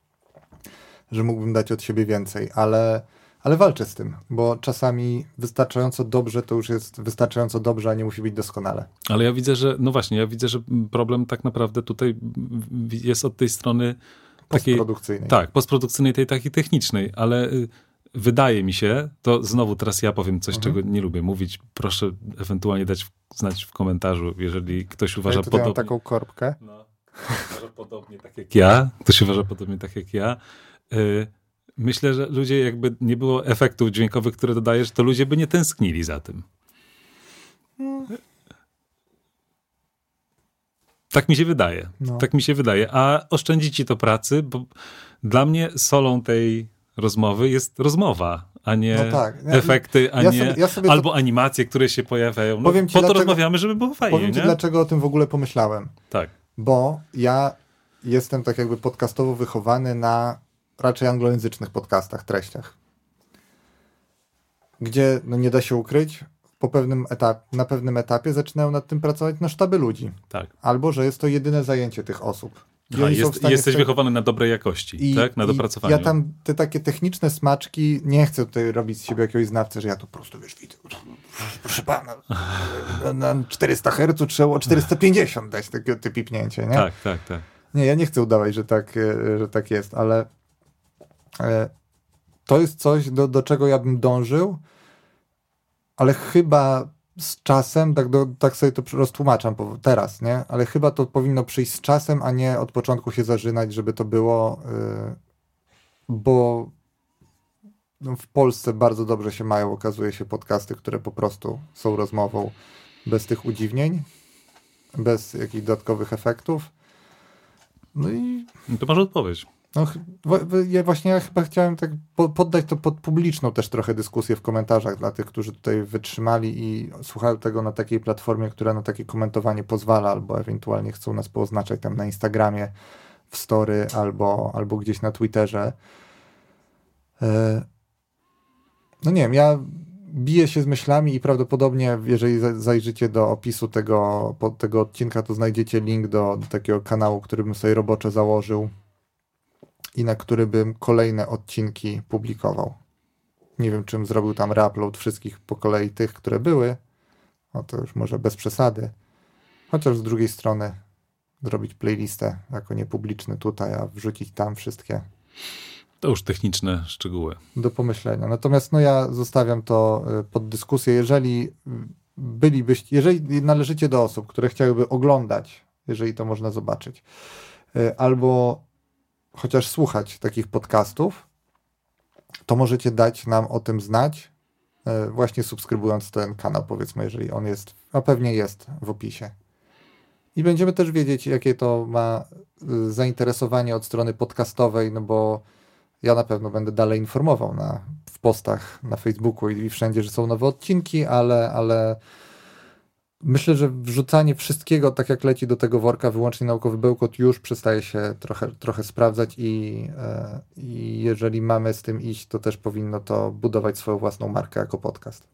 Że mógłbym dać od siebie więcej, ale walczę z tym, bo czasami wystarczająco dobrze to już jest wystarczająco dobrze, a nie musi być doskonale. Ale ja widzę, że, no właśnie, ja widzę, że problem tak naprawdę tutaj jest od tej strony postprodukcyjnej. Tak, postprodukcyjnej, tej takiej technicznej, ale wydaje mi się, to znowu teraz ja powiem coś, czego nie lubię mówić, proszę ewentualnie dać znać w komentarzu, jeżeli ktoś uważa podobnie. Mam taką korbkę. No, uważa podobnie tak jak ja, ktoś uważa podobnie tak jak ja. Myślę, że ludzie, jakby nie było efektów dźwiękowych, które dodajesz, to ludzie by nie tęsknili za tym. Tak mi się wydaje. No. Tak mi się wydaje. A oszczędzi ci to pracy, bo dla mnie solą tej rozmowy jest rozmowa, a nie efekty, albo animacje, które się pojawiają. No, po to rozmawiamy, żeby było fajnie. Powiem ci, dlaczego o tym w ogóle pomyślałem. Tak. Bo ja jestem tak jakby podcastowo wychowany na raczej anglojęzycznych podcastach, treściach. Gdzie, no nie da się ukryć, na pewnym etapie zaczynają nad tym pracować sztaby ludzi. Tak. Albo, że jest to jedyne zajęcie tych osób. Jesteś wychowany na dobrej jakości, tak? Na dopracowaniu. Ja tam te takie techniczne smaczki, nie chcę tutaj robić z siebie jakiegoś znawcy, że ja to po prostu widzę. Proszę pana, na 400 Hz trzeba 450 dać te pipnięcie, nie? Tak. Nie, ja nie chcę udawać, że tak jest, ale to jest coś, do czego ja bym dążył, ale chyba z czasem, tak sobie to roztłumaczam teraz, nie? Ale chyba to powinno przyjść z czasem, a nie od początku się zażynać, żeby to było, bo w Polsce bardzo dobrze się mają, okazuje się, podcasty, które po prostu są rozmową bez tych udziwnień, bez jakichś dodatkowych efektów. No i... To masz odpowiedź. No, ja chyba chciałem tak poddać to pod publiczną też trochę dyskusję w komentarzach dla tych, którzy tutaj wytrzymali i słuchają tego na takiej platformie, która na takie komentowanie pozwala, albo ewentualnie chcą nas pooznaczać tam na Instagramie, w story, albo gdzieś na Twitterze. No nie wiem, ja biję się z myślami i prawdopodobnie, jeżeli zajrzycie do opisu tego odcinka, to znajdziecie link do takiego kanału, który bym sobie roboczo założył i na który bym kolejne odcinki publikował. Nie wiem, czym zrobił tam reupload wszystkich po kolei tych, które były. No to już może bez przesady. Chociaż z drugiej strony zrobić playlistę jako niepubliczny tutaj, a wrzucić tam wszystkie. To już techniczne szczegóły. Do pomyślenia. Natomiast ja zostawiam to pod dyskusję. Jeżeli należycie do osób, które chciałyby oglądać, jeżeli to można zobaczyć, albo chociaż słuchać takich podcastów, to możecie dać nam o tym znać, właśnie subskrybując ten kanał, powiedzmy, jeżeli on jest, a pewnie jest w opisie. I będziemy też wiedzieć, jakie to ma zainteresowanie od strony podcastowej, no bo ja na pewno będę dalej informował w postach na Facebooku i wszędzie, że są nowe odcinki, ale myślę, że wrzucanie wszystkiego, tak jak leci do tego worka wyłącznie naukowy bełkot, już przestaje się trochę sprawdzać i jeżeli mamy z tym iść, to też powinno to budować swoją własną markę jako podcast.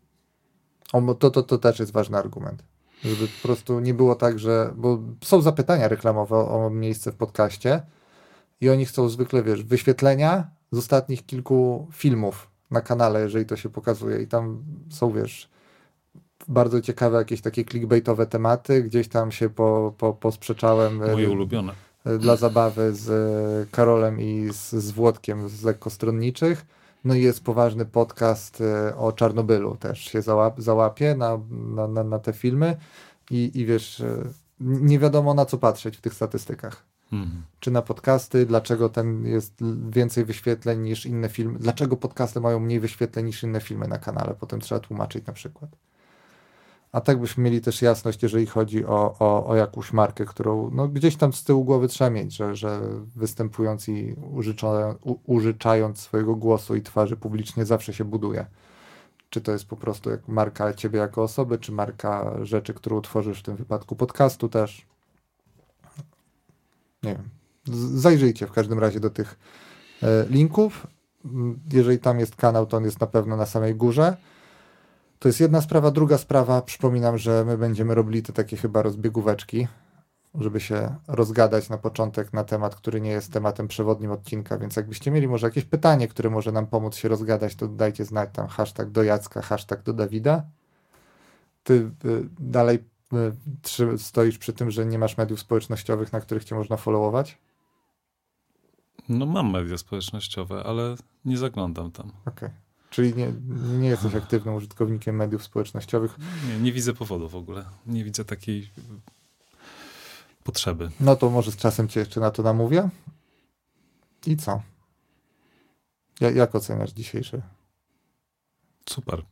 To też jest ważny argument. Żeby po prostu nie było tak, bo są zapytania reklamowe o miejsce w podcaście i oni chcą zwykle, wyświetlenia z ostatnich kilku filmów na kanale, jeżeli to się pokazuje i tam są, bardzo ciekawe jakieś takie clickbaitowe tematy, gdzieś tam się posprzeczałem. Moje ulubione. Dla zabawy z Karolem i z Włodkiem z Lekkostronniczych. No i jest poważny podcast o Czarnobylu też się załapie na te filmy i nie wiadomo na co patrzeć w tych statystykach. Czy na podcasty, dlaczego ten jest więcej wyświetleń niż inne filmy, dlaczego podcasty mają mniej wyświetleń niż inne filmy na kanale, potem trzeba tłumaczyć na przykład. A tak byśmy mieli też jasność, jeżeli chodzi o jakąś markę, którą gdzieś tam z tyłu głowy trzeba mieć, że występując i użyczając swojego głosu i twarzy publicznie zawsze się buduje. Czy to jest po prostu jak marka ciebie jako osoby, czy marka rzeczy, którą tworzysz, w tym wypadku podcastu też. Nie wiem. Zajrzyjcie w każdym razie do tych linków. Jeżeli tam jest kanał, to on jest na pewno na samej górze. To jest jedna sprawa. Druga sprawa, przypominam, że my będziemy robili te takie chyba rozbiegóweczki, żeby się rozgadać na początek na temat, który nie jest tematem przewodnim odcinka, więc jakbyście mieli może jakieś pytanie, które może nam pomóc się rozgadać, to dajcie znać tam hashtag do Jacka, hashtag do Dawida. Ty dalej stoisz przy tym, że nie masz mediów społecznościowych, na których cię można followować? No mam media społecznościowe, ale nie zaglądam tam. Okej. Czyli nie jesteś aktywnym użytkownikiem mediów społecznościowych? Nie widzę powodu w ogóle. Nie widzę takiej potrzeby. No to może z czasem cię jeszcze na to namówię. I co? Jak oceniasz dzisiejszy? Super.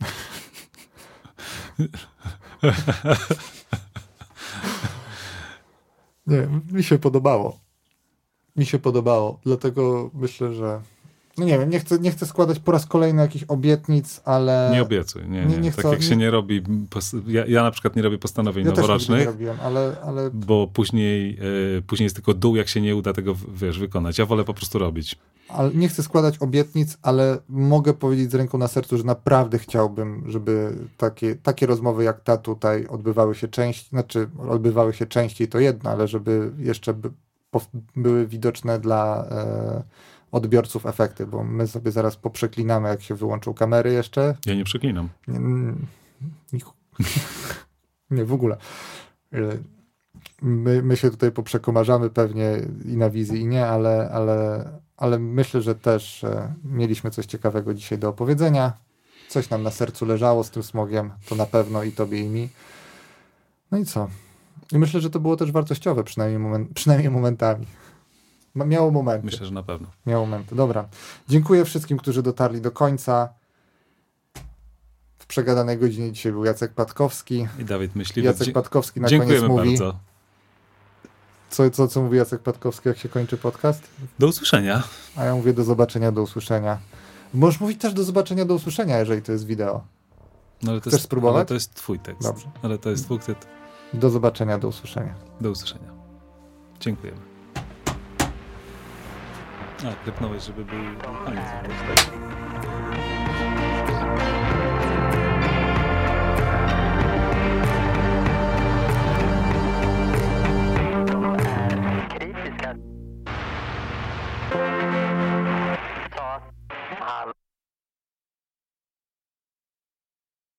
Nie, mi się podobało. Dlatego myślę, że nie wiem, nie chcę składać po raz kolejny jakichś obietnic, ale... Nie obiecuj, nie. Tak jak się nie robi... Ja na przykład nie robię postanowień noworocznych, nie robiłem, ale... bo później jest tylko dół, jak się nie uda tego, wykonać. Ja wolę po prostu robić. Ale nie chcę składać obietnic, ale mogę powiedzieć z ręką na sercu, że naprawdę chciałbym, żeby takie rozmowy jak ta tutaj odbywały się częściej, to jedno, ale żeby jeszcze były widoczne dla odbiorców efekty, bo my sobie zaraz poprzeklinamy, jak się wyłączą kamery jeszcze. Ja nie przeklinam. Nie, w ogóle. my się tutaj poprzekomarzamy pewnie i na wizji, i nie, ale myślę, że też mieliśmy coś ciekawego dzisiaj do opowiedzenia. Coś nam na sercu leżało z tym smogiem, to na pewno i tobie, i mi. No i co? I myślę, że to było też wartościowe, przynajmniej momentami. Miało momenty. Myślę, że na pewno. Miało momenty. Dobra. Dziękuję wszystkim, którzy dotarli do końca. W przegadanej godzinie dzisiaj był Jacek Patkowski. I Dawid Myśliwy. Jacek Patkowski na koniec mówi. Bardzo. Co mówi Jacek Patkowski, jak się kończy podcast? Do usłyszenia. A ja mówię do zobaczenia, do usłyszenia. Możesz mówić też do zobaczenia, do usłyszenia, jeżeli to jest wideo. No, ale chcesz spróbować? Ale to jest twój tekst. Dobrze. Ale to jest twój tekst. Do zobaczenia, do usłyszenia. Do usłyszenia. Dziękujemy. A, klepnąłeś, żeby był koniec.